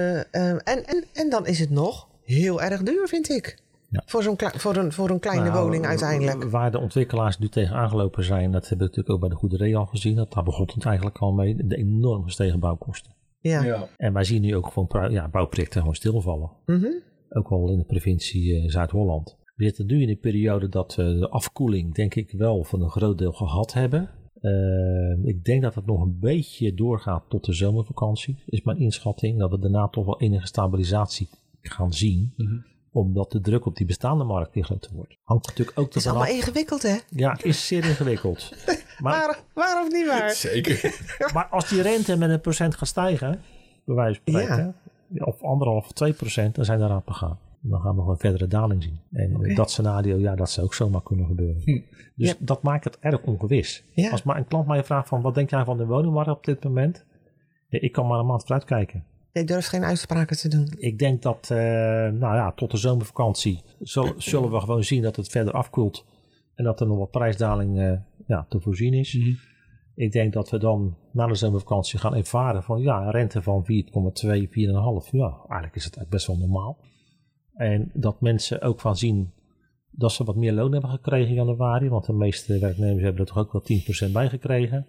en dan is het nog heel erg duur, vind ik. Ja. Voor een kleine woning uiteindelijk. Waar de ontwikkelaars nu tegen aangelopen zijn, dat hebben we natuurlijk ook bij de Goede Ree al gezien. Daar begon het eigenlijk al mee. De enorm gestegen bouwkosten. Ja. En wij zien nu ook gewoon bouwprojecten gewoon stilvallen. Mm-hmm. Ook al in de provincie Zuid-Holland. We zitten nu in een periode dat we de afkoeling denk ik wel van een groot deel gehad hebben. Ik denk dat het nog een beetje doorgaat tot de zomervakantie. Is mijn inschatting dat we daarna toch wel enige stabilisatie gaan zien. Mm-hmm. Omdat de druk op die bestaande markt weer groter wordt. Hangt natuurlijk ook is allemaal ingewikkeld, hè? Ja, is zeer ingewikkeld. Maar waarom niet waar? Zeker. Maar als die rente met 1% gaat stijgen, bij wijze van spreken, of 1,5, 2%, dan zijn we eraan begaan. Dan gaan we gewoon verdere daling zien. En dat scenario, dat zou ook zomaar kunnen gebeuren. Dus dat maakt het erg ongewis. Ja. Als maar een klant mij vraagt van, wat denk jij van de woningmarkt op dit moment? Ik kan maar een maand vooruit kijken. Je durft geen uitspraken te doen. Ik denk dat, tot de zomervakantie zullen we gewoon zien dat het verder afkoelt. En dat er nog wat prijsdaling te voorzien is. Mm-hmm. Ik denk dat we dan na de zomervakantie gaan ervaren van een rente van 4,2, 4,5. Ja, eigenlijk is het best wel normaal. En dat mensen ook van zien dat ze wat meer loon hebben gekregen in januari. Want de meeste werknemers hebben er toch ook wel 10% bij gekregen.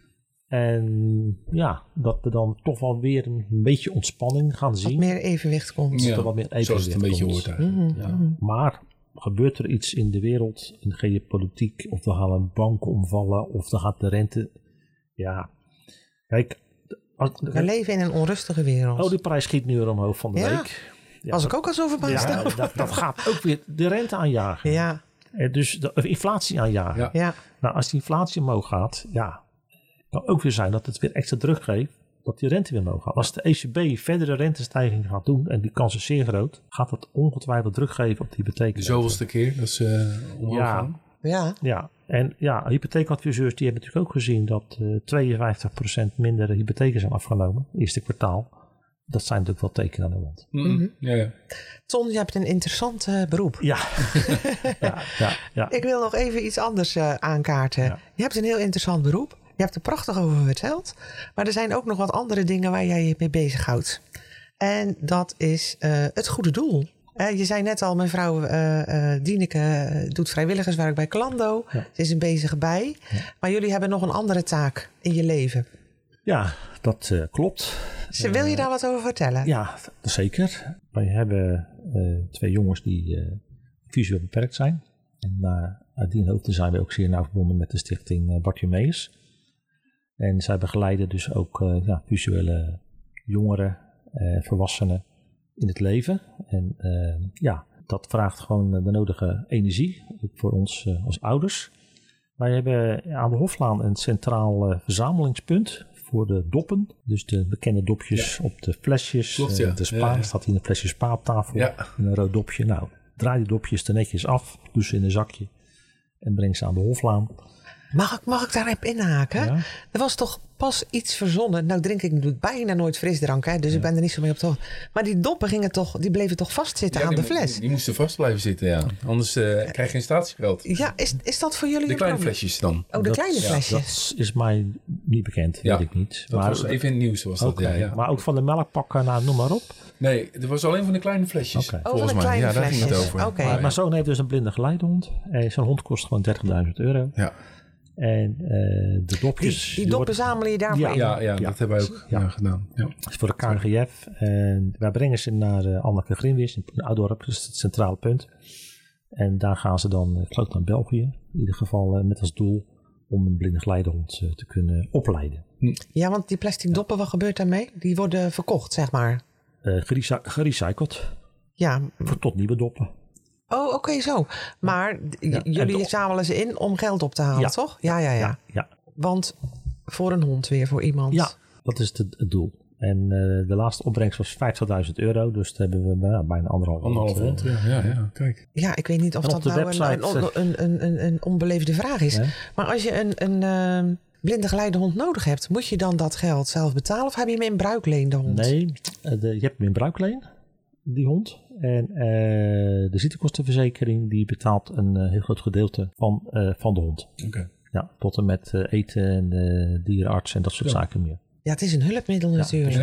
En dat we dan toch wel weer een beetje ontspanning gaan zien. Wat meer evenwicht komt. Ja, Wat meer evenwicht zoals het een beetje hoort eigenlijk. Ja. Maar gebeurt er iets in de wereld, in de geopolitiek, of dan gaan een banken omvallen, of dan gaat de rente... Ja, kijk... We leven in een onrustige wereld. De prijs schiet nu weer omhoog van de week. Ja, was ik ook al zo verbaasd. Ja, dat gaat ook weer de rente aanjagen. Ja. Dus de inflatie aanjagen. Ja. Nou, als die inflatie omhoog gaat, kan ook weer zijn dat het weer extra druk geeft, dat die rente weer omhoog gaat. Als de ECB verdere rentestijging gaat doen, en die kans is zeer groot, gaat dat ongetwijfeld druk geven op die hypotheek. De zoveelste keer dat ze omhoog gaan. Ja. En hypotheekadviseurs die hebben natuurlijk ook gezien dat 52% minder hypotheken zijn afgenomen, eerste kwartaal. Dat zijn natuurlijk wel tekenen aan de wand. Ja. Ton, je hebt een interessant beroep. Ja. ja. Ik wil nog even iets anders aankaarten. Ja. Je hebt een heel interessant beroep. Je hebt er prachtig over verteld. Maar er zijn ook nog wat andere dingen waar jij je mee bezighoudt. En dat is het goede doel. Je zei net al, mijn vrouw Dieneke doet vrijwilligerswerk bij Klando. Ja. Ze is een bezige bij. Ja. Maar jullie hebben nog een andere taak in je leven. Ja, dat klopt. Wil je daar wat over vertellen? Ja, zeker. Wij hebben 2 jongens die visueel beperkt zijn. En uit die hoofde zijn we ook zeer nauw verbonden met de stichting Bartjemeus. En zij begeleiden dus ook visuele jongeren, volwassenen in het leven. En dat vraagt gewoon de nodige energie, ook voor ons als ouders. Wij hebben aan de Hoflaan een centraal verzamelingspunt voor de doppen. Dus de bekende dopjes op de flesjes. Klopt, de spa, staat hier een flesje spa op tafel. En een rood dopje. Nou, draai die dopjes er netjes af. Doe ze in een zakje. En breng ze aan de Hoflaan. Mag ik daarop inhaken? Ja? Er was toch pas iets verzonnen. Nou drink ik bijna nooit frisdrank, hè, dus ik ben er niet zo mee op de hoogte. Maar die doppen bleven toch vastzitten aan de fles? Die moesten vast blijven zitten, ja. Anders krijg je geen statiegeld. Ja, is dat voor jullie de kleine flesjes dan? Oh, de kleine flesjes. Dat is mij niet bekend, weet ik niet. Dat was even in het nieuws. Was dat, ja. Maar ook van de melkpakken, noem maar op? Nee, het was alleen van de kleine flesjes. Volgens mij. Ja, daar ging het over. Okay. Mijn zoon heeft dus een blinde geleidehond. Zo'n hond kost gewoon €30.000. Ja. En de dopjes... Die doppen zamelen je daarvoor in? Ja, dat hebben wij ook gedaan. Ja. Dat is voor de KNGF. En wij brengen ze naar Anneke Grinwis in Oudorp. Dat is het centrale punt. En daar gaan ze dan, ik geloof naar België. In ieder geval met als doel om een blinde geleidehond te kunnen opleiden. Ja, want die plastic doppen, wat gebeurt daarmee? Die worden verkocht, zeg maar. Gerecycled. Ja. Tot nieuwe doppen. Oh, oké, zo. Maar jullie zamelen ze in om geld op te halen, toch? Ja. Want voor een hond weer, voor iemand. Ja, dat is het doel. En de laatste opbrengst was €50.000. Dus dat hebben we bijna anderhalf hond. Ja, kijk. Ja, ik weet niet of dat nou een onbeleefde vraag is. Maar als je een blinde geleidehond nodig hebt, moet je dan dat geld zelf betalen? Of heb je hem in bruikleen, de hond? Nee, je hebt hem in bruikleen, die hond. En de ziektekostenverzekering die betaalt een heel groot gedeelte van de hond. Okay. Ja, tot en met eten en dierenarts en dat soort zaken meer. Ja, het is een hulpmiddel natuurlijk.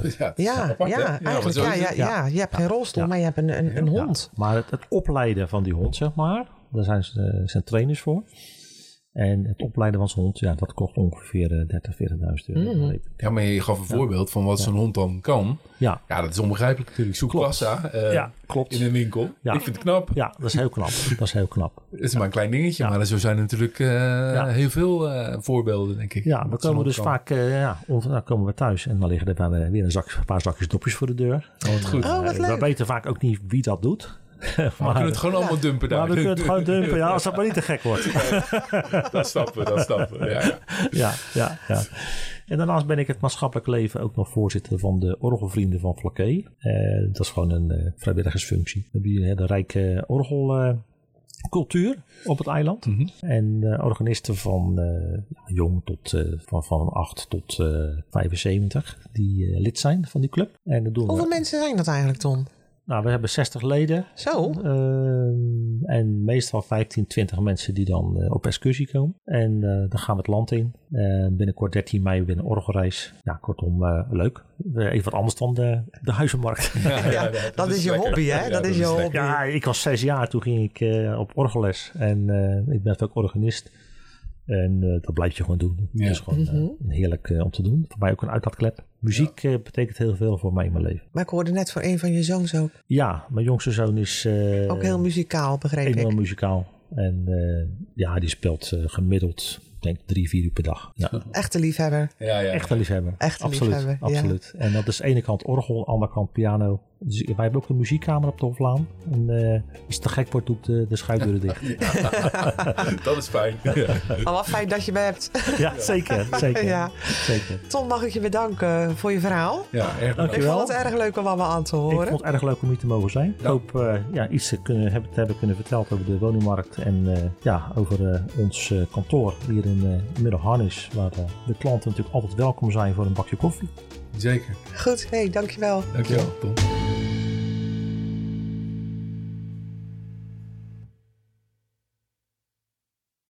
Je hebt geen rolstoel, maar je hebt een hond. Ja. Maar het opleiden van die hond, zeg maar, daar zijn trainers voor. En het opleiden van zo'n hond, dat kost ongeveer €30.000, €40.000. Ja, maar je gaf een voorbeeld van wat zo'n hond dan kan. Ja, dat is onbegrijpelijk natuurlijk. Zoekpasta klopt. In een winkel. Ja. Ik vind het knap. Ja, dat is heel knap. Het is maar een klein dingetje, maar zo zijn er natuurlijk heel veel voorbeelden, denk ik. Ja, dan komen we dus vaak dan komen we thuis en dan liggen er dan weer een paar zakjes dopjes voor de deur. Wat goed. Wat leuk. We weten vaak ook niet wie dat doet. Maar we kunnen het gewoon allemaal dumpen daar. Maar we kunnen het gewoon dumpen, als dat maar niet te gek wordt. Dat snappen we. Ja. En daarnaast ben ik het maatschappelijk leven ook nog voorzitter van de Orgelvrienden van Vlakke. Dat is gewoon een vrijwilligersfunctie. We hebben hier de rijke orgelcultuur op het eiland. Mm-hmm. En organisten van jong tot van 8 tot 75 die lid zijn van die club. En hoeveel mensen zijn dat eigenlijk, Ton? Nou, we hebben 60 leden. Zo. En meestal 15, 20 mensen die dan op excursie komen. En dan gaan we het land in. Binnenkort 13 mei weer een orgelreis. Ja, kortom, leuk. Even wat anders dan de huizenmarkt. Ja, dat is je hobby, hè? Dat is je hobby. Ja, ik was 6 jaar. Toen ging ik op orgelles. En ik ben ook organist. En dat blijf je gewoon doen. Het is gewoon heerlijk om te doen. Voor mij ook een uitlaatklep. Muziek betekent heel veel voor mij in mijn leven. Maar ik hoorde net voor een van je zoons ook. Ja, mijn jongste zoon is... ook heel muzikaal, begreep ik. Enorm muzikaal. En die speelt gemiddeld, denk 3-4 uur per dag. Ja. Echte liefhebber. Ja. Echte liefhebber. Absoluut. Liefhebber, absoluut. Ja. En dat is de ene kant orgel, de andere kant piano. Dus wij hebben ook een muziekkamer op de Hoflaan. En als het te gek wordt, doe ik de schuifdeuren dicht. Dat is fijn. Al wat fijn dat je me hebt. Ja, zeker. Ja. Zeker. Tom, mag ik je bedanken voor je verhaal? Ja, erg bedankt. Ik vond het erg leuk om allemaal aan te horen. Ik vond het erg leuk om hier te mogen zijn. Ik hoop iets te hebben kunnen vertellen over de woningmarkt. En over ons kantoor hier in Middelharnis. Waar de klanten natuurlijk altijd welkom zijn voor een bakje koffie. Zeker. Goed, dankjewel. Dankjewel, Tom.